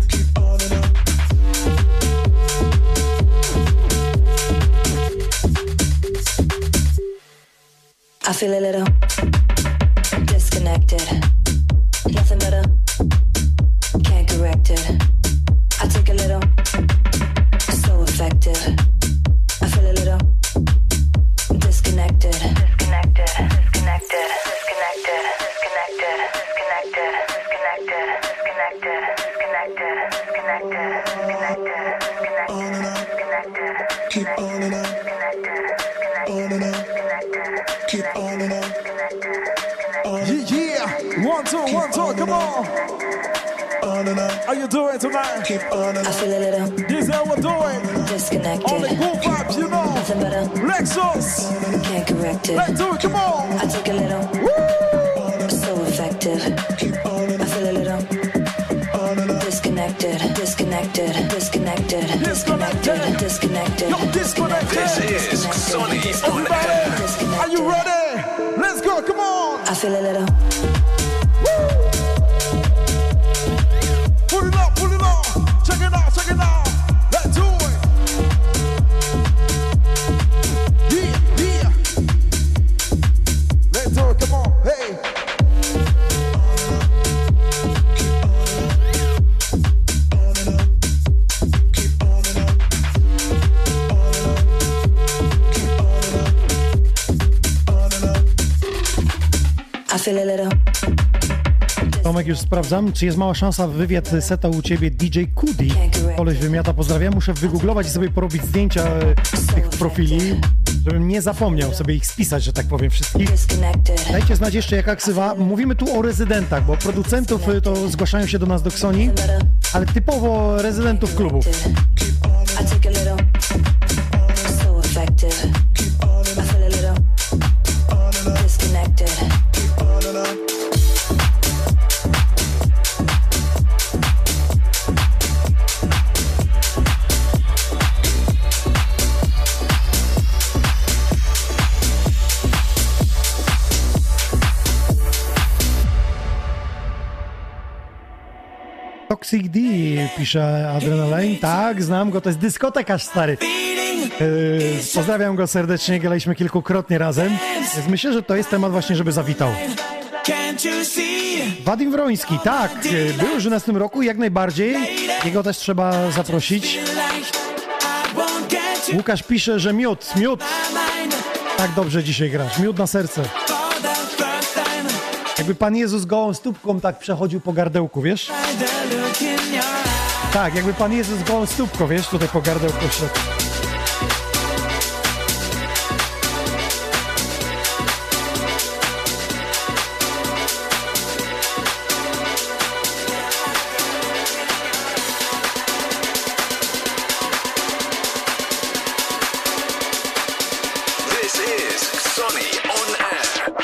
I feel a little disconnected. Nothing better. Can't correct it. I take a little. So effective. I feel a little disconnected. Disconnected, disconnected, disconnected, disconnected, disconnected, disconnected, disconnected, disconnected, disconnected, disconnected, disconnected, disconnected. Keep on and on. On and on. Keep on and on. Yeah, 1, 2, 1, 2, come on. On and on. How you doing tonight? Keep on and I on. feel a little This is how we're doing. disconnected. On the cool vibes, you know. Nothing better. Lexus, Can't correct it. let's do it, come on. I take a little. So effective. Keep on and I feel a little on and on. disconnected, disconnected, disconnected, Disconnected. disconnected. Yo, disconnected. This is Sony on Everybody, air. are you ready? Let's go, come on. I feel a little Pull it up, pull it up. Check it out, check it out. Let's do it. Yeah, yeah. Let's do it, come on. Hey. I feel a little Tomek, już sprawdzam, czy jest mała szansa wywiad seta u ciebie DJ Kudi. Koleś wymiata, pozdrawiam. Muszę wygooglować i sobie porobić zdjęcia tych profili, żebym nie zapomniał sobie ich spisać, że tak powiem, wszystkich. disconnected. Dajcie znać jeszcze jaka ksywa. Mówimy tu o rezydentach, bo producentów to zgłaszają się do nas do Ksoni, ale typowo rezydentów klubów. I take a little so effective. I feel a little disconnected. Toxic D, pisze Adrenaline. Tak, znam go, to jest dyskotekarz stary. Pozdrawiam go serdecznie, graliśmy kilkukrotnie razem. Więc myślę, że to jest temat właśnie, żeby zawitał. Wadim Wroński, tak, był już w następnym roku, jak najbardziej. Jego też trzeba zaprosić. Łukasz pisze, że miód. Tak dobrze dzisiaj grasz, miód na serce. Jakby Pan Jezus gołą stópką tak przechodził po gardełku, wiesz? Tak, jakby Pan Jezus gołą stópką, wiesz, tutaj po gardełku szedł. This is Sonny on air.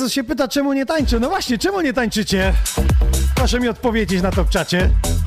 Nexus się pyta, czemu nie tańczę. No właśnie, czemu nie tańczycie? Proszę mi odpowiedzieć na to w czacie.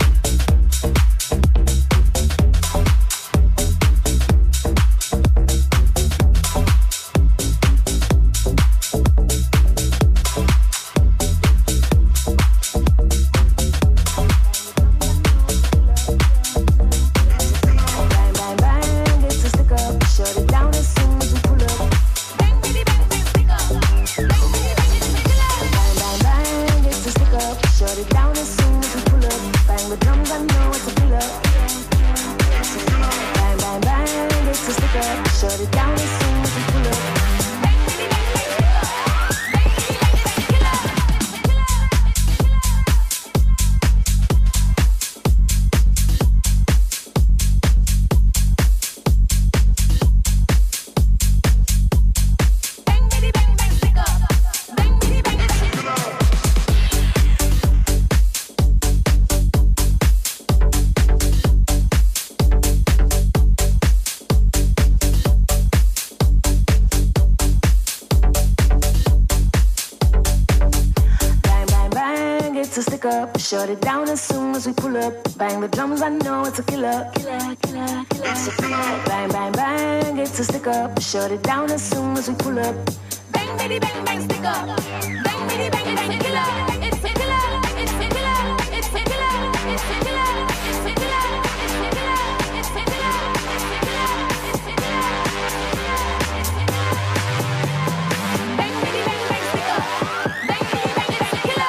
Shut it down as soon as we pull up. Bang the drums, I know it's a killer. Killer, killer, killer. Bang, bang, bang, it's a stick up. Shut it down as soon as we pull up. Bang, bitty, bang, bang, stick up. Bang, bitty, bang, bang, killer. It's a killer, it's a killer, it's a killer, it's a killer, it's a killer, it's a killer, it's a killer, it's a killer, it's a killer. Bang, bitty, bang, bang, stick up. Bang, bitty, bang, it's a killer.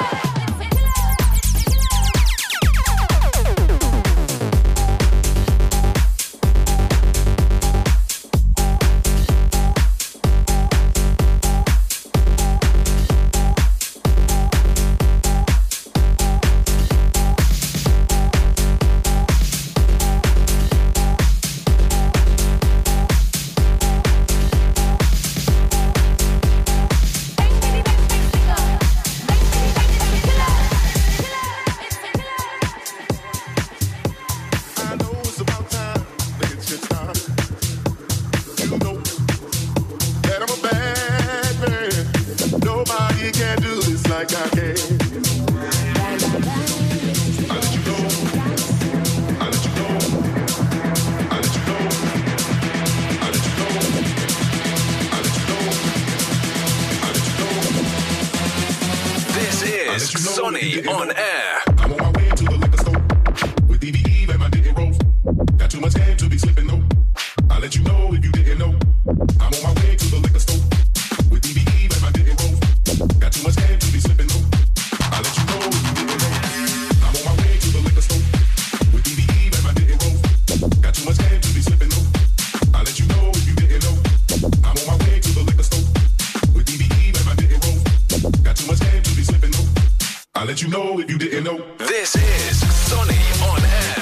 Sonny on air. I'm on my way to the liquor store with DVE and my dick and rolls. Got too much game to be slipping though. I'll let you know if you didn't know. I'm on my way to the liquor store with DVE and my dick and rolls. Got too much game to be slipping though. I'll let you know if you didn't know. I'm on my way to the liquor store with DVE and my dick and rolls. Got too much game to be slipping though. I'll let you know if you didn't know. I'm on my way to the liquor store with DVE and my dick and rolls. Got too much game to be slipping though. I'll let you know if you didn't know. This is Sonny on air.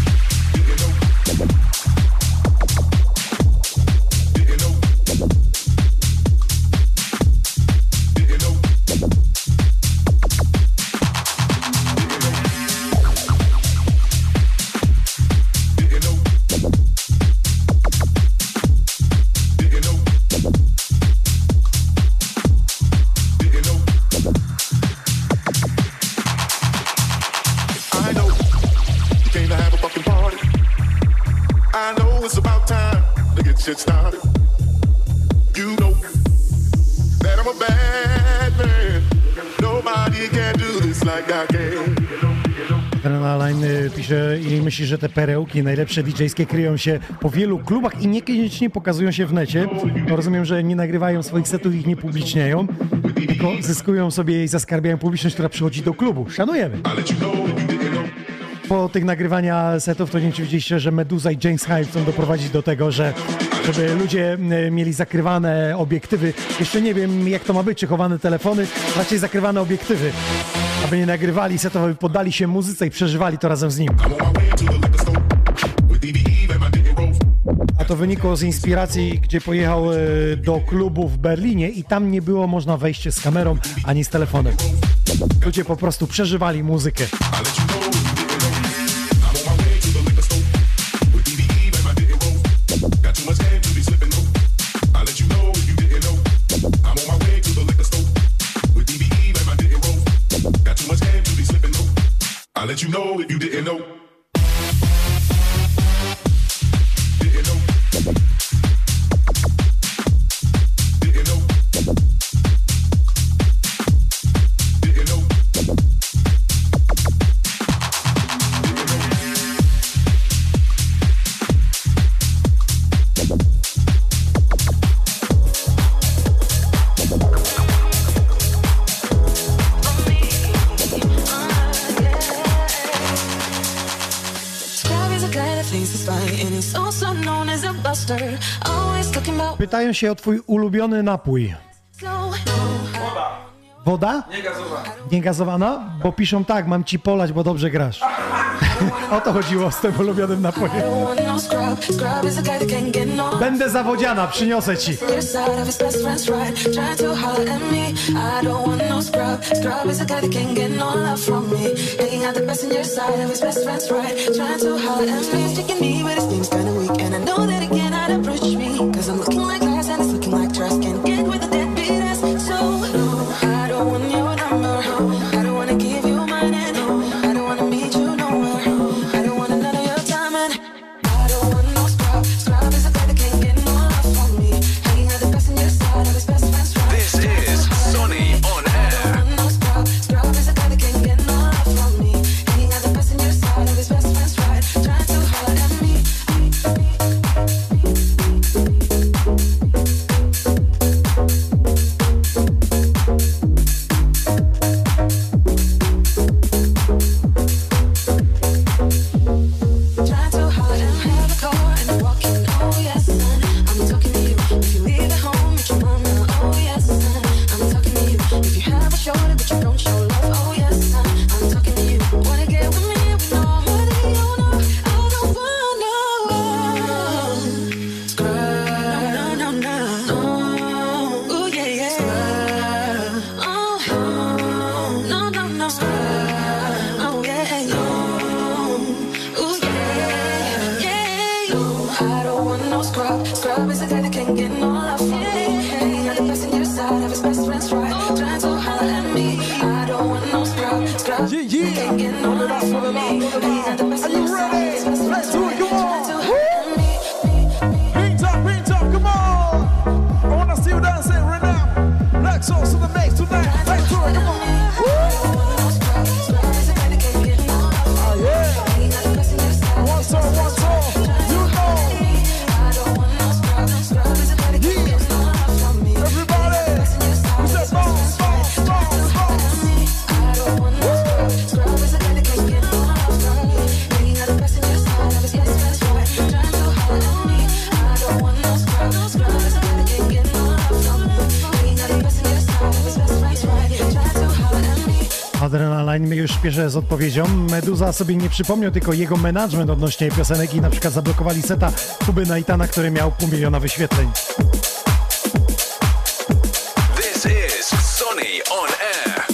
Shit started. You know that I'm a bad man. Nobody can do this like I can. Adrenaline pisze i myśli, że te perełki najlepsze DJ-skie kryją się po wielu klubach i niekoniecznie pokazują się w necie. No, rozumiem, że nie nagrywają swoich setów i ich nie publiczniają, tylko zyskują sobie i zaskarbiają publiczność, która przychodzi do klubu. Szanujemy. Po tych nagrywaniach setów to nie widzieliście, że Meduza i James Hype chcą doprowadzić do tego, żeby ludzie mieli zakrywane obiektywy. Jeszcze nie wiem, jak to ma być, czy chowane telefony, raczej zakrywane obiektywy, aby nie nagrywali setów, aby poddali się muzyce i przeżywali to razem z nim. A to wynikło z inspiracji, gdzie pojechał do klubu w Berlinie i tam nie było można wejść z kamerą ani z telefonem. Ludzie po prostu przeżywali muzykę. Didn't know. Pytają się o twój ulubiony napój. Woda? Niegazowana. Niegazowana? Bo piszą tak, mam ci polać, bo dobrze grasz. O to chodziło z tym ulubionym napojem. Będę zawodziana, przyniosę ci. Adrenaline mnie już śpieszę z odpowiedzią. Meduza sobie nie przypomniał, tylko jego management odnośnie piosenek i na przykład zablokowali seta Kuby Naitana, który miał 500 000 wyświetleń. This is Sonny on Air.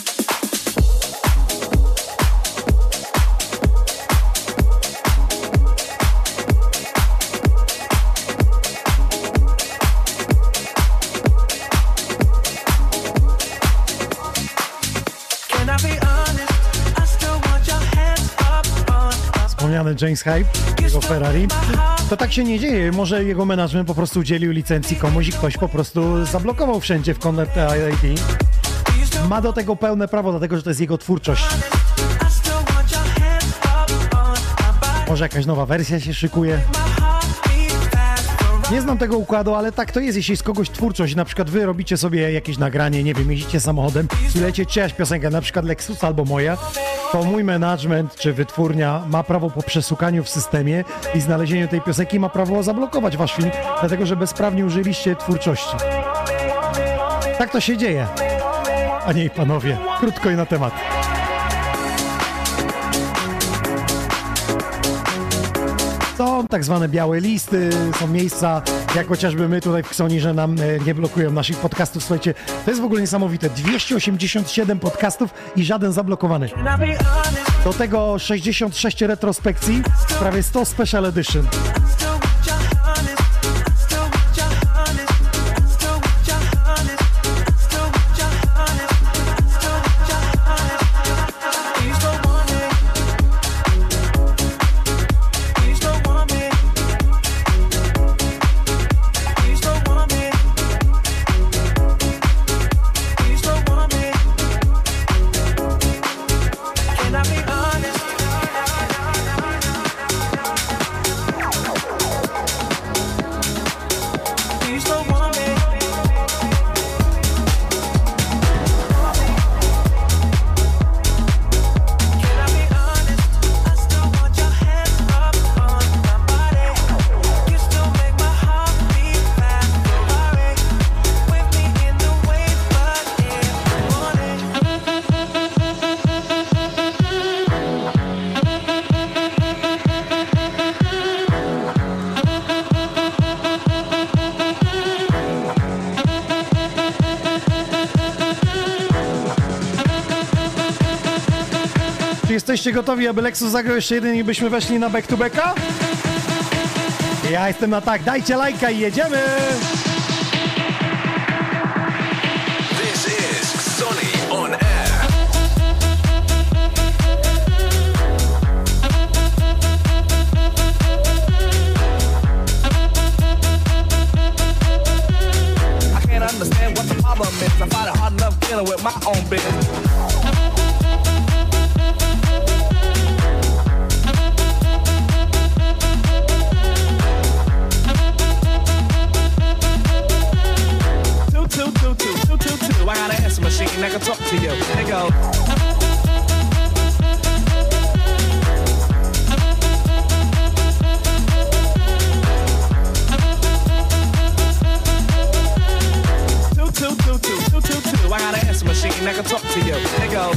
Wspomniany James Hype, jego Ferrari. To tak się nie dzieje. Może jego management po prostu udzielił licencji komuś i ktoś po prostu zablokował wszędzie w Connect ID. Ma do tego pełne prawo, dlatego że to jest jego twórczość. Może jakaś nowa wersja się szykuje. Nie znam tego układu, ale tak to jest, jeśli jest kogoś twórczość, na przykład wy robicie sobie jakieś nagranie, nie wiem, jeździcie samochodem i lecie czyjaś piosenka, na przykład Lexusa albo moja, to mój management czy wytwórnia ma prawo po przesukaniu w systemie i znalezieniu tej piosenki ma prawo zablokować wasz film, dlatego że bezprawnie użyliście twórczości. Tak to się dzieje. Panie i panowie, krótko i na temat. Są tak zwane białe listy, są miejsca, jak chociażby my tutaj w Xoni, że nam nie blokują naszych podcastów. Słuchajcie, to jest w ogóle niesamowite. 287 podcastów i żaden zablokowany. Do tego 66 retrospekcji, prawie 100 special edition. Jesteście gotowi, aby Lexus zagrał jeszcze jeden i byśmy weszli na back to backa? Ja jestem na tak, dajcie lajka i jedziemy! This is Sonny on air. I can't understand what the problem is. I find it hard enough dealing with my own business. I got an answer machine that can talk to you. They go. Two. I got an answer machine that can talk to you. They go.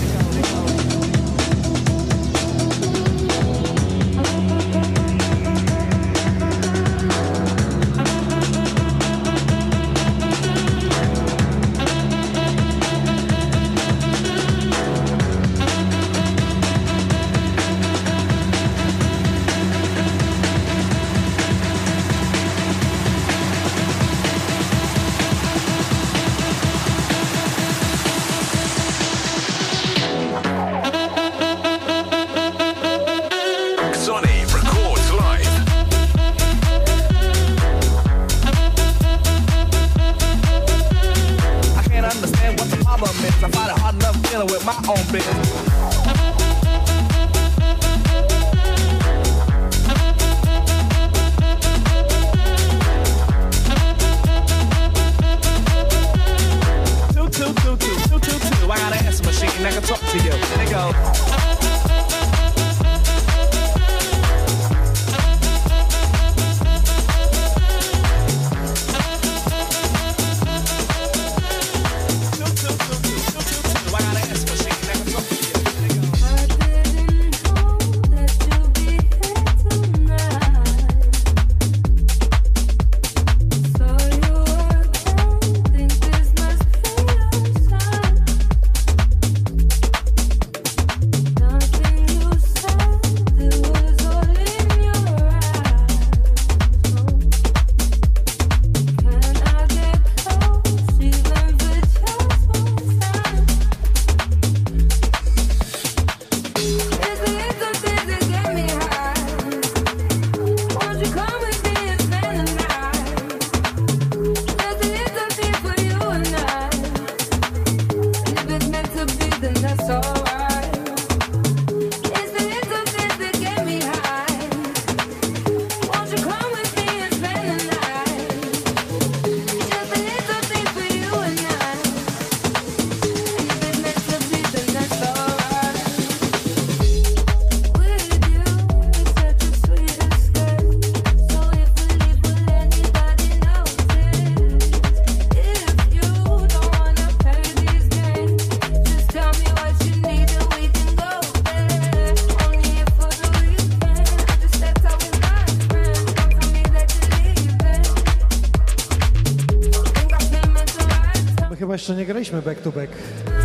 Jeszcze nie graliśmy back to back.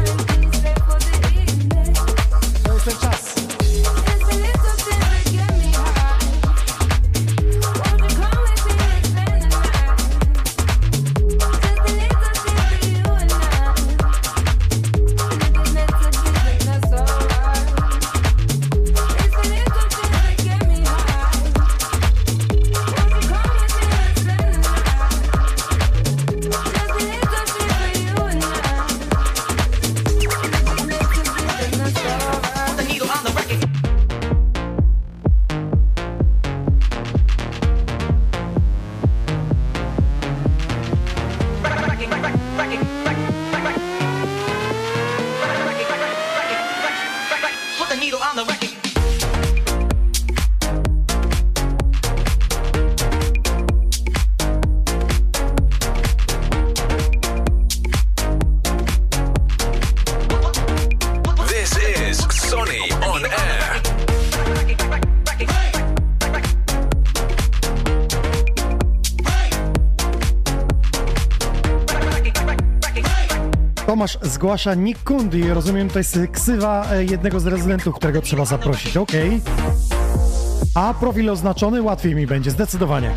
To jest ten czas. Tomasz zgłasza Nick Kundi. Rozumiem, to jest ksywa jednego z rezydentów, którego trzeba zaprosić. Okej. A profil oznaczony łatwiej mi będzie, zdecydowanie.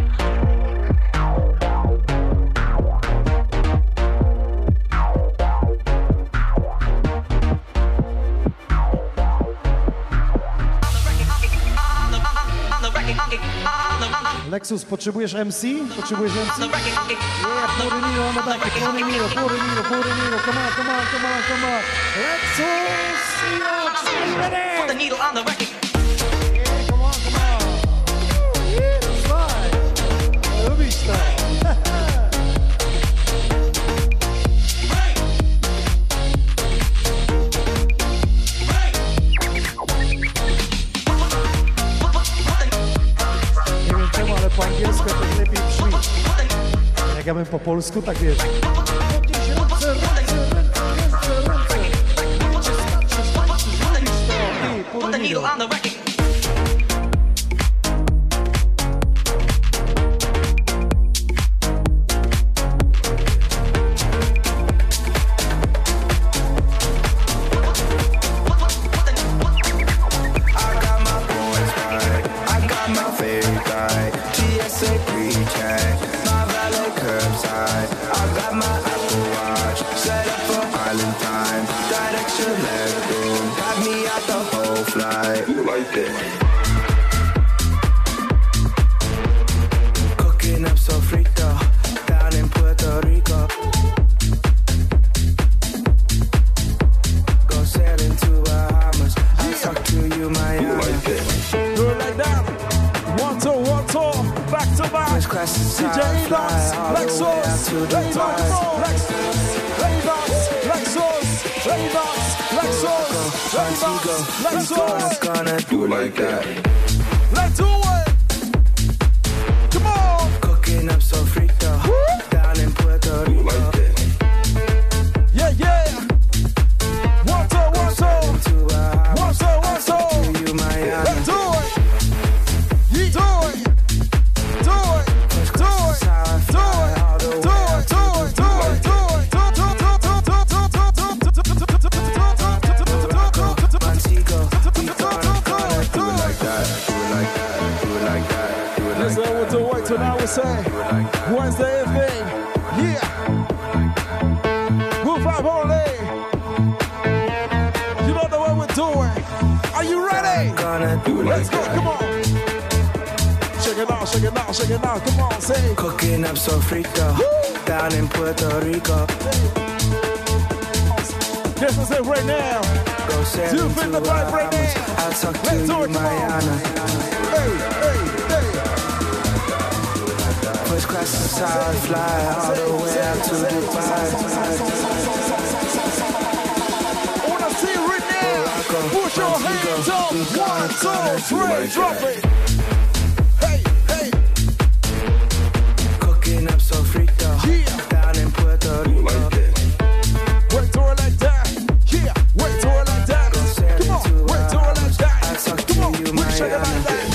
Lexus, potrzebujesz MC? Potrzebujesz MC? Yeah, put it on the back, put it on, come on, come on, come on, come on. Lexus, ready? Put the needle on the record. Yeah, come on, come on. Yeah, that's right. Lubisz to. Po angielsku to lepiej brzmi. Jak ja bym po polsku, tak wiesz. Podnieś ręce, ręce, ręce, ręce. Wiecie, skaczesz, tańczysz, robisz to. I put the needle on the record. Cooking up sofrito down in Puerto Rico. Go sailing to Bahamas. I'll talk to you, Miami. Do it like that. One, two, back to back. DJ Enox, Lexus, Enox, Lexus. Gonna do it like that. Let's do it. Come on. Cooking up sofrito down in Puerto Rico. Yeah, yeah. One, two. Let's do it. So now we say Wednesday evening, yeah. Move up only. You know the way we're doing. Are you ready? Let's go, come on. Shake it out, shake it out, shake it out. Come on, say. Cooking up sofrito down in Puerto Rico. Guess what's it right now? Do you feel the vibe right now? I'll talk to you, Mariana. Hey. First class is how I fly all the way out to Dubai. I wanna see it right now. Push your hands up. 1, 2, 3, drop it. Hey. Cooking up sofrito down in Puerto Rico. Wait to it like that. Yeah, wait to it like that. Come on, wait to it like that. Come on, we can shake it like that.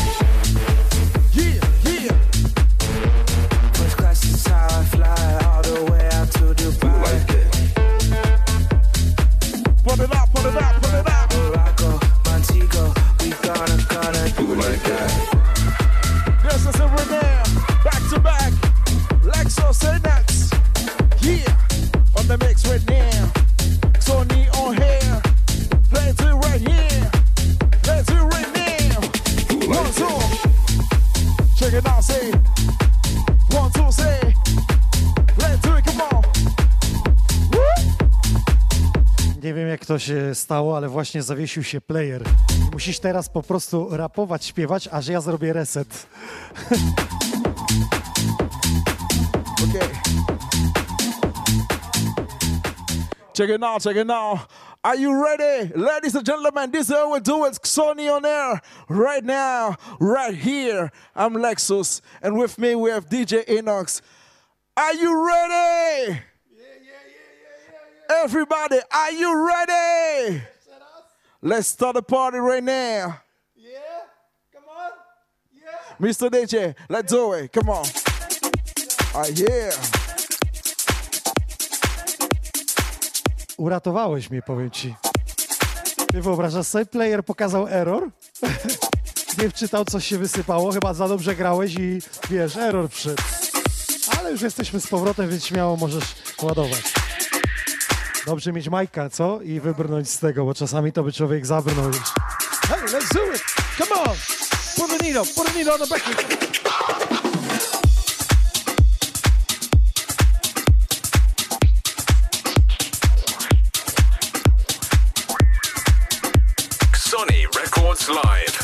Put it up. Morocco, Montego, we gonna do it like that. Yes, it's over there. Back to back. Lexus and Nets. Yeah, on the mix right now. Sony on here. Let's do it right here. Let's do it right now. 1, 2. Check it out, say. 1, 2, say. Let's do it, come on. Nie wiem, jak to się stało, ale właśnie zawiesił się player. Musisz teraz po prostu rapować, śpiewać, aż ja zrobię reset. Okay. Check it now. Are you ready? Ladies and gentlemen, this is how we do it. Sony on air right now, right here. I'm Lexus, and with me we have DJ Enox. Are you ready? Everybody, are you ready? Let's start the party right now. Yeah, come on. Yeah. Mr. DJ, let's do it. Come on. Uratowałeś mnie, powiem ci. Ty wyobrażasz sobie, player pokazał error? Nie wczytał, coś się wysypało, chyba za dobrze grałeś i wiesz, error wszedł. Ale już jesteśmy z powrotem, więc śmiało możesz ładować. Dobrze mieć Majka, co? I wybrnąć z tego, bo czasami to by człowiek zabrnął już. Hey, let's do it. Come on. Put the needle on the back. Sony Records Live.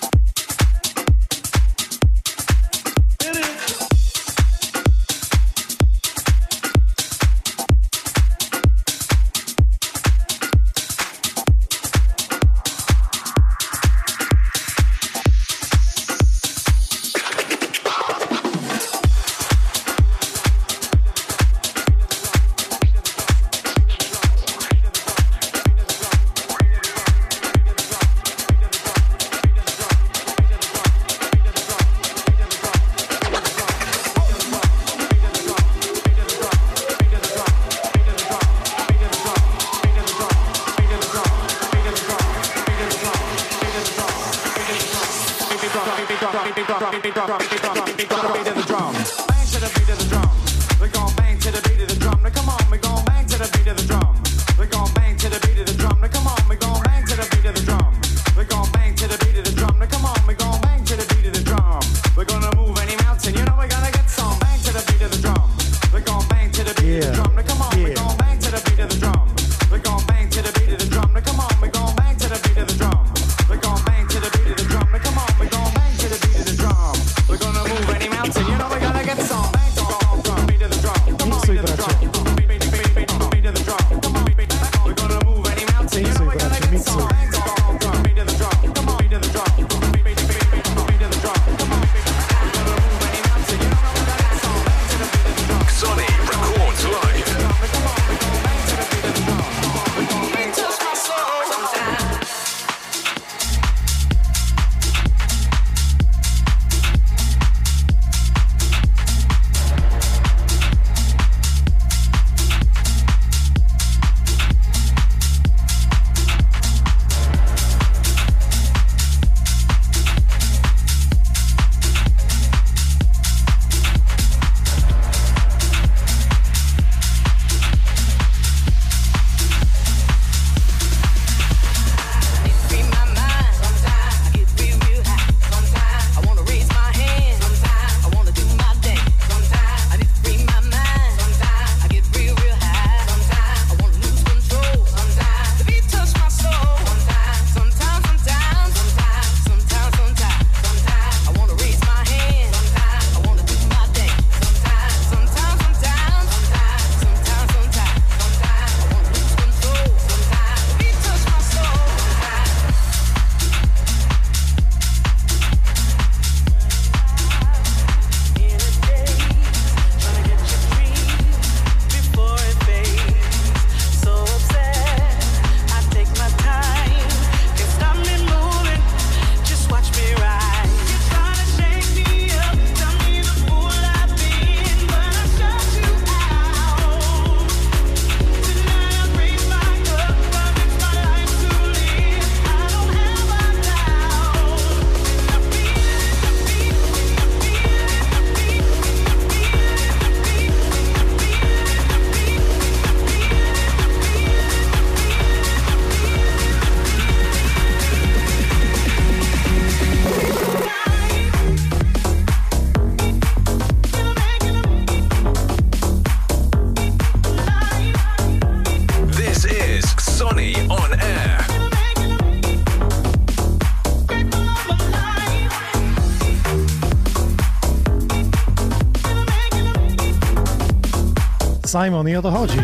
Simon i o to chodzi.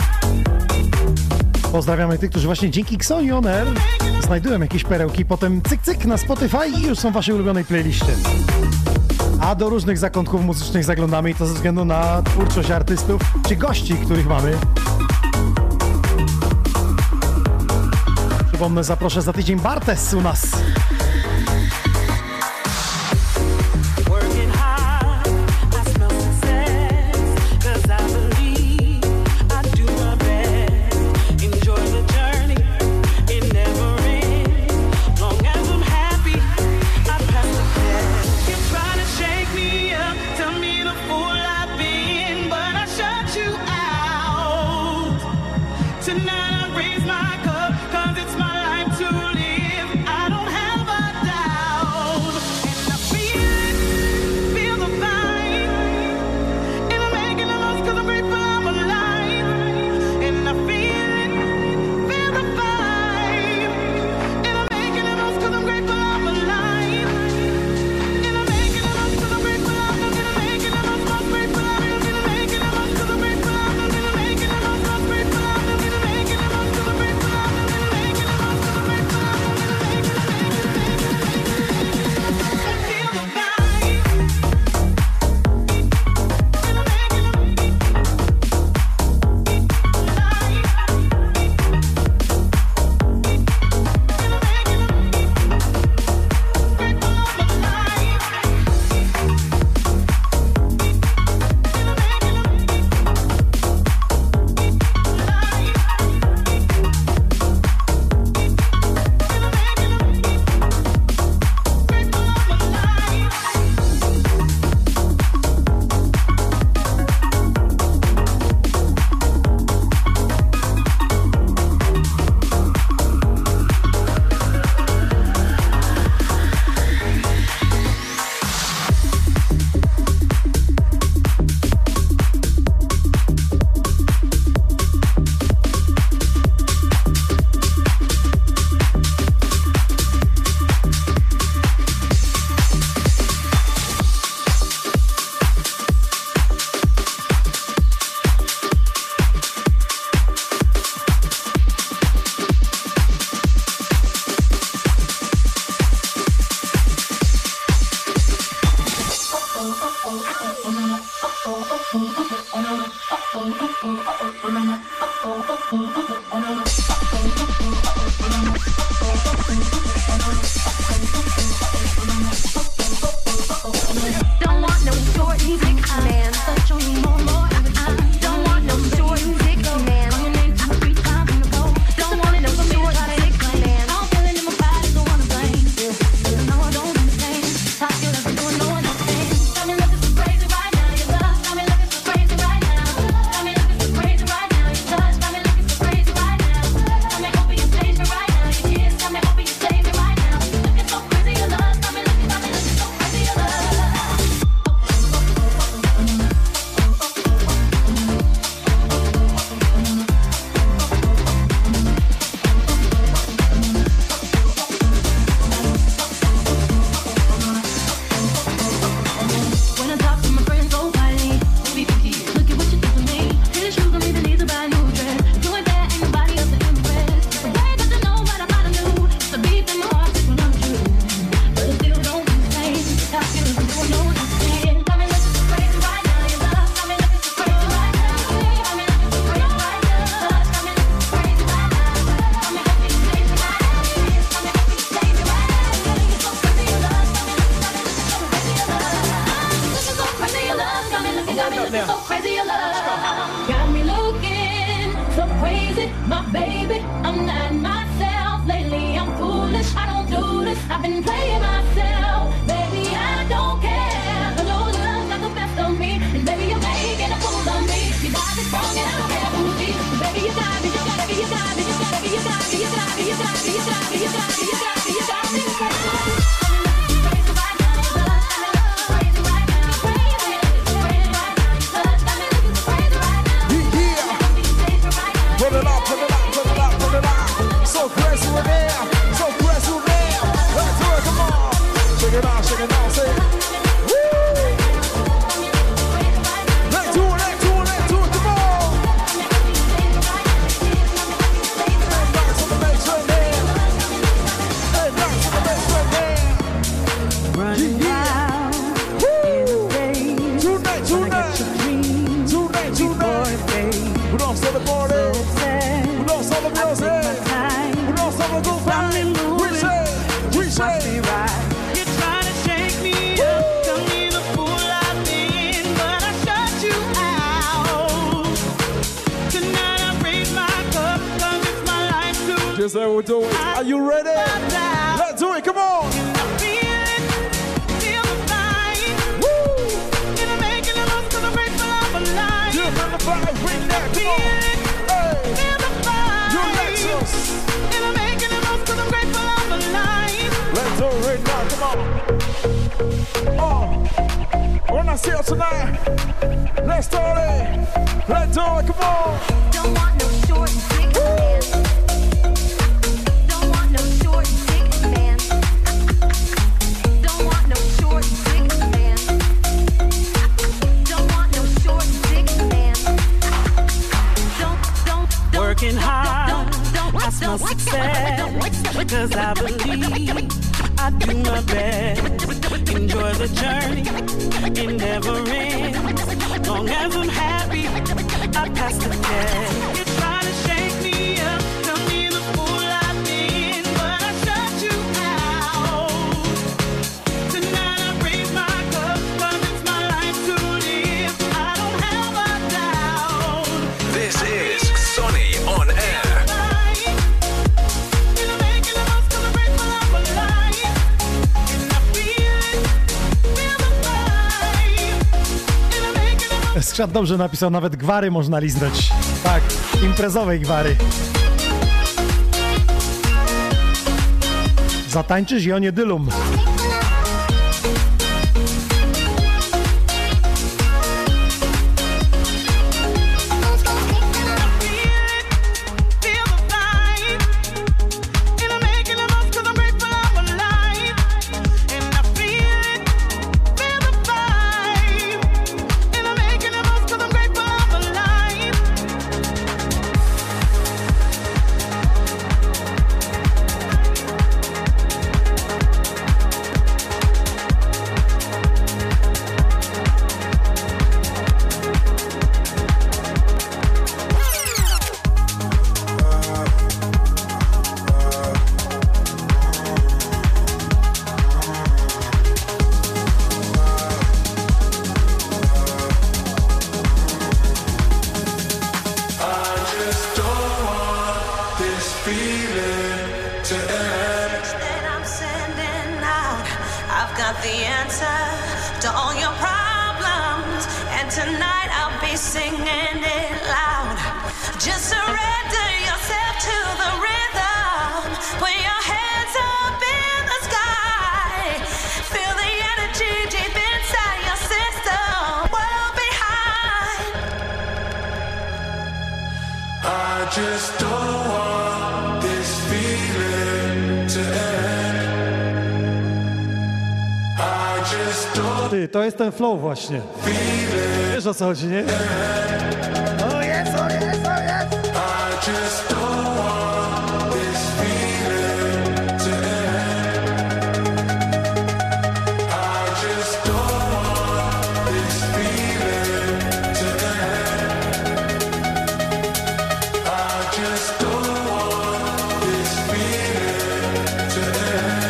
Pozdrawiamy tych, którzy właśnie dzięki Xoni On Air znajdują jakieś perełki, potem cyk cyk na Spotify i już są w waszej ulubionej playliście. A do różnych zakątków muzycznych zaglądamy i to ze względu na twórczość artystów czy gości, których mamy. Przypomnę, zaproszę za tydzień Bartes u nas. Don't want no short and thick man, but show me more. Don't want no short and thick man. Coming into the street, time to go. Don't want no short and thick man. I'm feeling in my body, don't wanna blame. No, I don't understand. How you love me, don't know what I'm saying. Got me looking so crazy right now. Your love got me looking so crazy right now. Got me looking so crazy right now. Your touch got me looking so crazy right now. Got me hoping you save me right now. Your kiss got me hoping you save me right now. Looking so crazy, your love got me looking so crazy, your love. When I talk to my friends so quietly, maybe 50 years, look at what you did to me. Hit the shoes, don't even need to buy a new dress. You ain't bad, ain't nobody else to impress. The way that you know what I gotta do, it's a beat in my heart, it's when I'm true. But it still don't insane. How you listen to know what I'm saying. Got me looking so crazy right now, your love got me looking so crazy right now. Got me looking so crazy right now, touch got me looking so crazy right now. Got me hoping you save me right now, kiss got me hoping you save me right now. Looking so crazy, your love got me looking so crazy, your love. Looking so crazy, your love got me looking so crazy, your love. Got me looking so crazy, my baby. I'm not myself lately. I'm foolish. I don't do this. I've been playing myself, baby. I don't care. I know love got the best of me, and baby you're making a fool of me. You got me strong and I don't care who sees. Baby you got me, you got me, you got me, you got me, you got me, you got me, you got me, you got me, you got me, you got me, you got me, you got me. Put it up, put it up, put it up, put it up. So crazy we're there, so crazy we're there. Let's do it, come on. Shake it out, say it. Woo! Let's do it, let's do it, let's do it, come on. Hey, bounce on the bass right there. Hey, bounce on the bass right there. Running wild in the rain. Tonight, tonight. Tonight, tonight. We don't celebrate it. We don't celebrate it. We don't celebrate it. We say. You're trying to shake me up, tell me the fool I've been, but I shut you out. Tonight I raise my cup, 'cause it's my life to Just how we do it. Are you ready? Let's do it, come on. feel the fight. Woo! And I'm making the most 'cause I'm grateful I'm alive. You feel the vibe right now, come on. Hey. Feel the fight. You Lexus. And I'm making the most 'cause I'm grateful I'm alive. Let's do it right now, come on. Oh, when I see you tonight, let's do it. Let's do it, come on. Don't want no short and thick man. Don't want no short and thick man. Don't want no short and thick man. Don't want no short and thick man. Don't Working hard, I smell don't success, because I believe I do my best. Enjoy the journey, it never ends. Long as I'm happy, I pass the test. You're trying to shake me up, tell me the fool I've been, but I shut you out. Tonight I raise my cup, 'cause it's my life to live. I don't have a doubt. This is Sonny on air. Skrzat dobrze napisał, nawet gwary można liznąć. Tak, imprezowej gwary. Zatańczysz i o nie dylum. the answer to all your problems. And tonight I'll be singing it loud. Just surrender yourself to the rhythm. Put your hands up in the sky. Feel the energy deep inside your system. World behind. I just don't want this feeling to end. I just don't Ty, to jest ten flow właśnie. Wiesz o co chodzi, nie? Oh yes, oh yes, oh yes. I just don't want this feeling to end. I just don't want this feeling to end. I just don't want this feeling to end.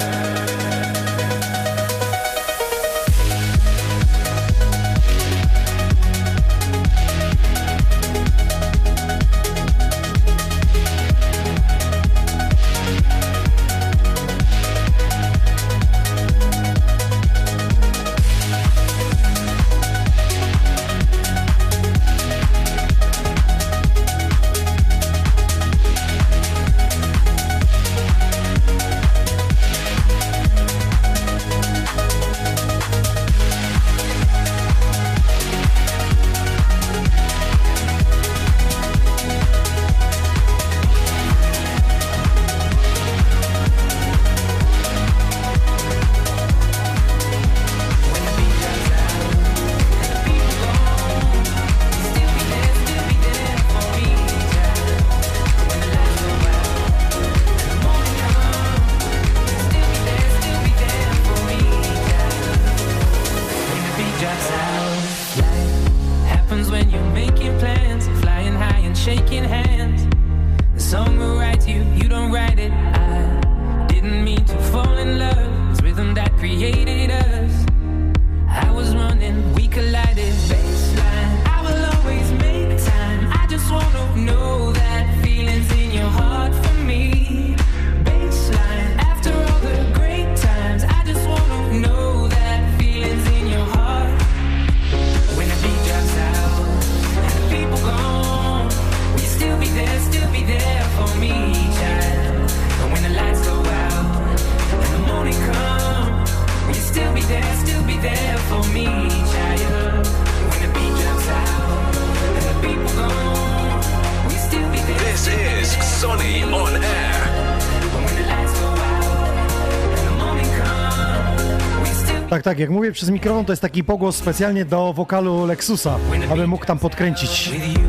Tak, jak mówię przez mikrofon, to jest taki pogłos specjalnie do wokalu Lexusa, aby mógł tam podkręcić.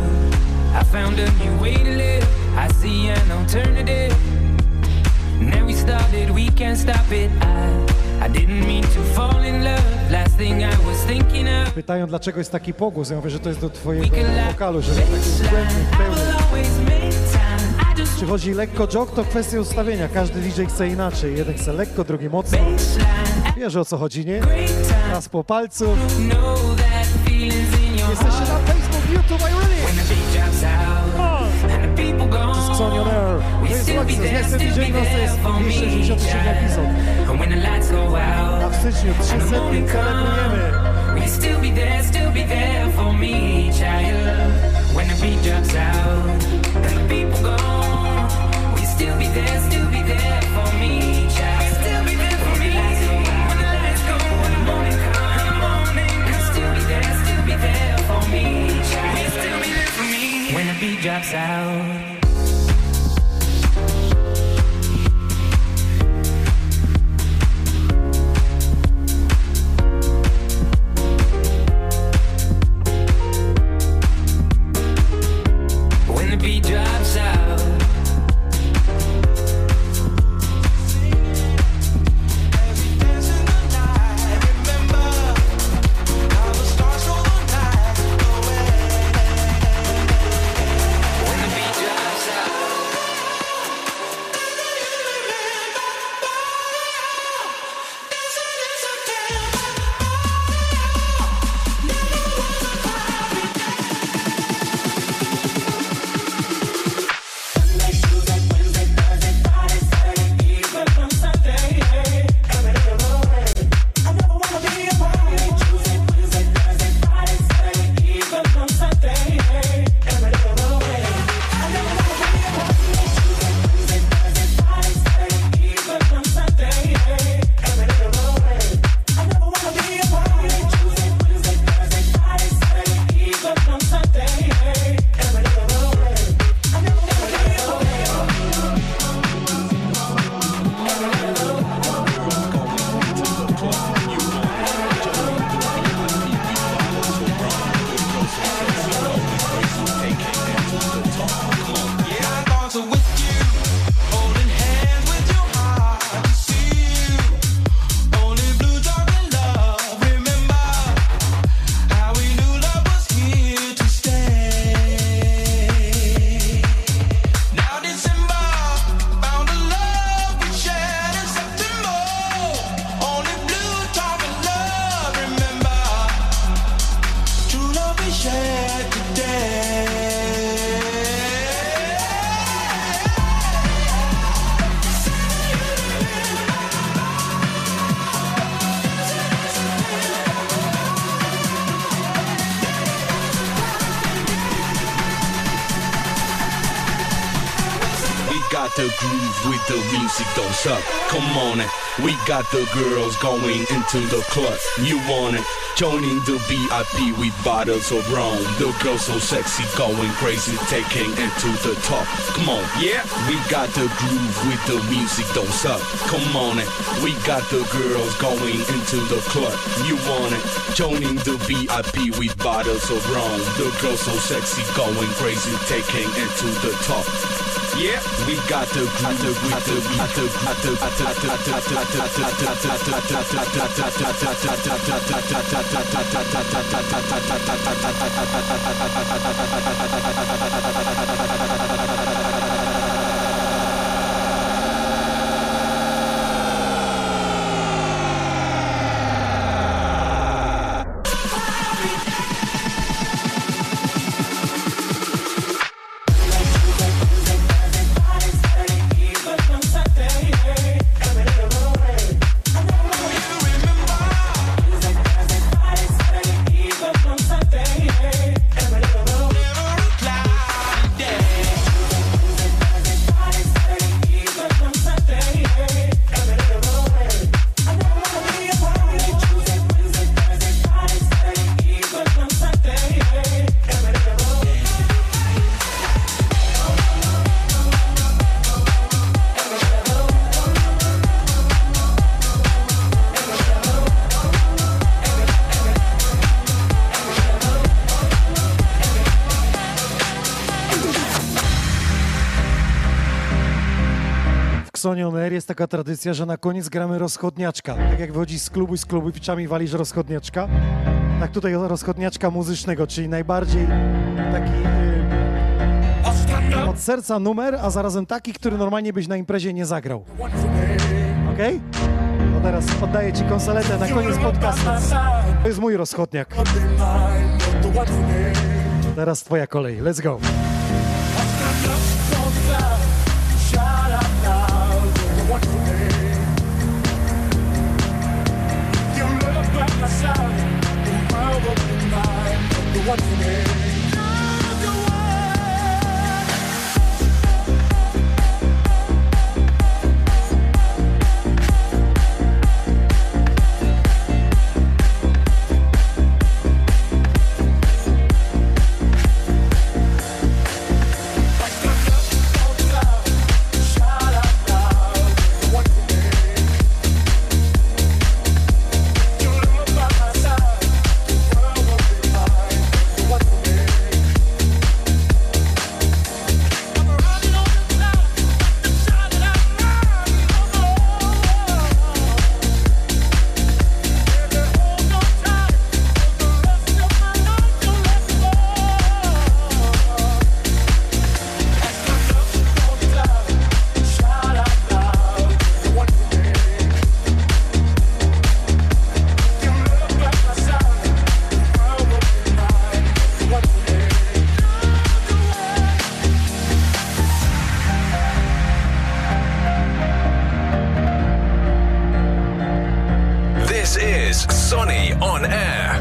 I found a new way to live. I see an alternative. Now we started, we can't stop it. I didn't mean to fall in love. Last thing I was thinking of. Pytają, dlaczego jest taki pogłos. Ja mówię, że to jest do twojego wokalu, że jest taki głębny, pełny. Przychodzi lekko jog, to kwestia ustawienia. Każdy DJ chce inaczej. Jeden chce lekko, drugi mocno. Wiesz o co chodzi, nie? Raz po palcu. Jesteście na Facebook, YouTube, I really. To jest Sony on Air. To jest Lexus, nie jestem DJ Inox, to jest 263 epizod. A w styczniu 300 celebrujemy. Will you still be there for me, child? When the beat drops out and the people gone, will you still be there for me, child? Still be there for me. When the lights go, when the morning comes, will you still be there for me, child? Will you still be there for me? When the beat drops out. the groove with the music, don't suck. Come on, we got the girls going into the club. You want it? Joining the VIP with bottles of rum. The girls so sexy, going crazy, taking it to the top. Come on, yeah, we got the groove with the music, don't suck. Come on, we got the girls going into the club. You want it? Joining the VIP with bottles of rum. The girls so sexy, going crazy, taking it to the top. Yeah, we got the groove with the Sonion Air jest taka tradycja, że na koniec gramy rozchodniaczka. Tak jak wychodzisz z klubu piczami walisz rozchodniaczka. Tak tutaj rozchodniaczka muzycznego, czyli najbardziej taki od serca numer, a zarazem taki, który normalnie byś na imprezie nie zagrał. Okej? No teraz oddaję ci konsoletę na koniec podcastu. To jest mój rozchodniak. Teraz twoja kolej. Let's go. Sonny on air.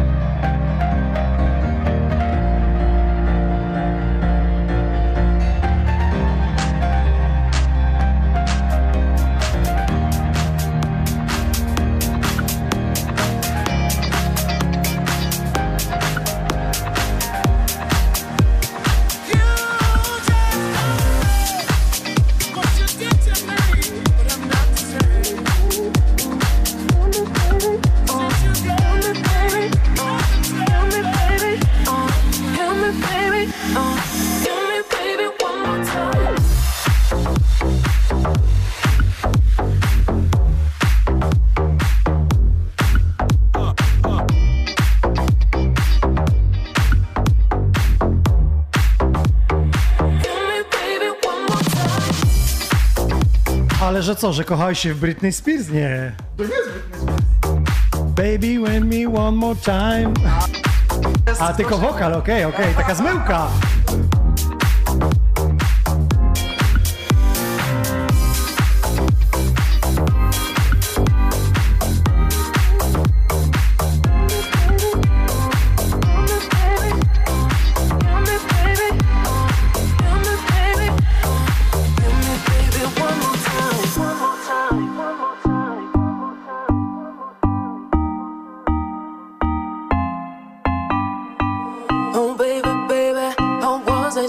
Ale że co, że kochałeś się w Britney Spears? Nie. To nie jest Britney Spears. Baby, when me one more time. A, tylko wokal, okej, taka zmyłka.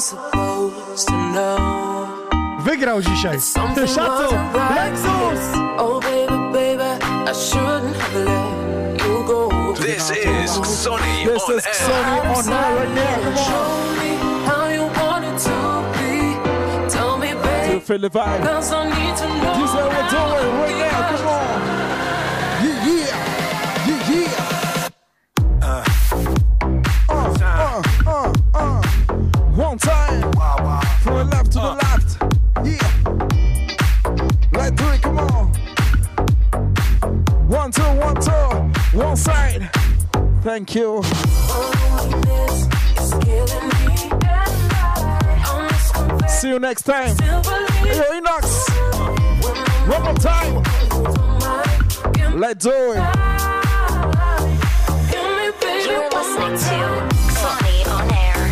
supposed to know. Wygrał dzisiaj. Ty szacun! Lexus! Oh baby, baby, I shouldn't have let you go. This is Sonny This on is air. Sonny on air right now. Come Show on. me how you want it to be. Tell me, Do you baby, feel the vibe? 'cause I need to know. This is how we're doing right now. Come on. Yeah, yeah. Yeah, yeah. One time. From the left to the left. Yeah. Let's do it. Come on. 1, 2, 1, 2. One side. Thank you. See you next time. Hey, yo, Inox. One more time. Let's do it. You're listening to Sonny on air.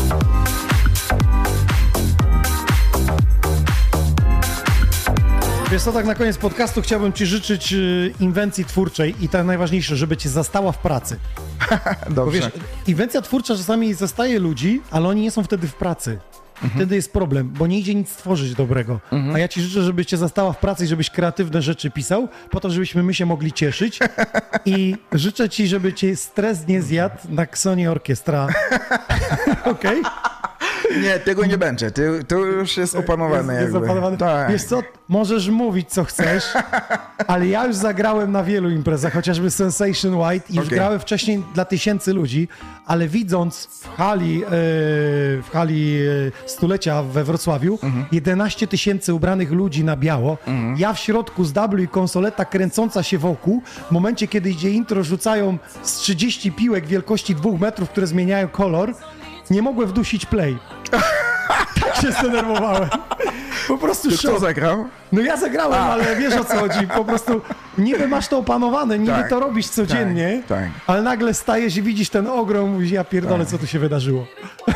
Wiesz co, tak na koniec podcastu chciałbym Ci życzyć inwencji twórczej i tak najważniejsze, żeby Cię zastała w pracy. Bo Dobrze. wiesz, inwencja twórcza czasami zastaje ludzi, ale oni nie są wtedy w pracy. Wtedy jest problem, bo nie idzie nic stworzyć dobrego. A ja Ci życzę, żebyś Cię zastała w pracy i żebyś kreatywne rzeczy pisał, po to, żebyśmy my się mogli cieszyć. I życzę Ci, żeby Cię stres nie zjadł na Xonie Orkiestra. Okej? Nie, tego nie będzie. To już jest opanowane. Jest jakby. opanowane. Tak. Wiesz co, możesz mówić co chcesz, ale ja już zagrałem na wielu imprezach, chociażby Sensation White i już Okej. grałem wcześniej dla tysięcy ludzi, ale widząc w hali stulecia we Wrocławiu 11 tysięcy ubranych ludzi na biało, ja w środku z W i konsoleta kręcąca się wokół, w momencie kiedy idzie intro, rzucają z 30 piłek wielkości 2 metrów, które zmieniają kolor, nie mogłem wdusić play. Tak się zdenerwowałem. Po prostu To kto szok. zagrał? No ja zagrałem, ale wiesz o co chodzi. Po prostu niby masz to opanowane, niby Tak. to robisz codziennie, Tak. ale nagle stajesz i widzisz ten ogrom, mówisz, ja pierdolę, co tu się wydarzyło.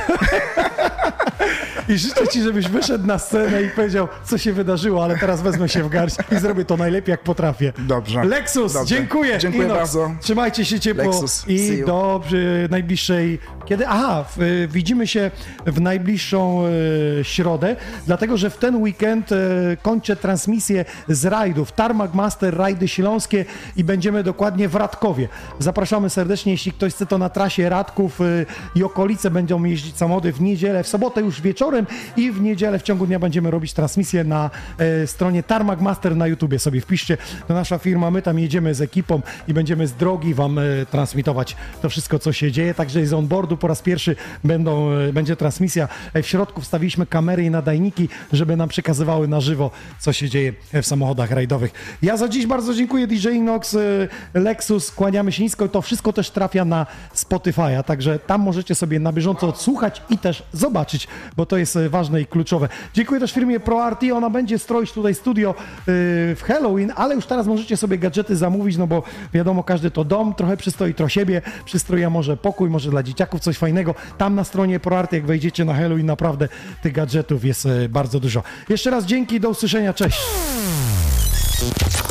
I życzę Ci, żebyś wyszedł na scenę i powiedział, co się wydarzyło, ale teraz wezmę się w garść i zrobię to najlepiej, jak potrafię. Dobrze. Lexus, Dobrze. dziękuję. Dziękuję Inox. bardzo. Trzymajcie się ciepło Lexus, see i you. do najbliższej... Kiedy? Aha, widzimy się w najbliższą środę, dlatego, że w ten weekend kończę transmisję z rajdów. Tarmac Master, rajdy śląskie i będziemy dokładnie w Radkowie. Zapraszamy serdecznie, jeśli ktoś chce, to na trasie Radków i okolice będą jeździć samochody w niedzielę, w sobotę już wieczorem i w niedzielę w ciągu dnia będziemy robić transmisję na stronie Tarmac Master na YouTubie. Sobie wpiszcie, to nasza firma, my tam jedziemy z ekipą i będziemy z drogi wam transmitować to wszystko, co się dzieje. Także z onboardu po raz pierwszy będzie transmisja. W środku wstawiliśmy kamery i nadajniki, żeby nam przekazywały na żywo, co się dzieje w samochodach rajdowych. Ja za dziś bardzo dziękuję, DJ Inox, Lexus, kłaniamy się nisko i to wszystko też trafia na Spotify'a, także tam możecie sobie na bieżąco odsłuchać i też zobaczyć, bo to jest ważne i kluczowe. Dziękuję też firmie ProRT, ona będzie stroić tutaj studio w Halloween, ale już teraz możecie sobie gadżety zamówić, no bo wiadomo, każdy to dom, trochę przystoi to siebie, przystoi, a może pokój, może dla dzieciaków coś fajnego. Tam na stronie ProRT, jak wejdziecie na Halloween, naprawdę tych gadżetów jest bardzo dużo. Jeszcze raz dzięki, do usłyszenia, cześć!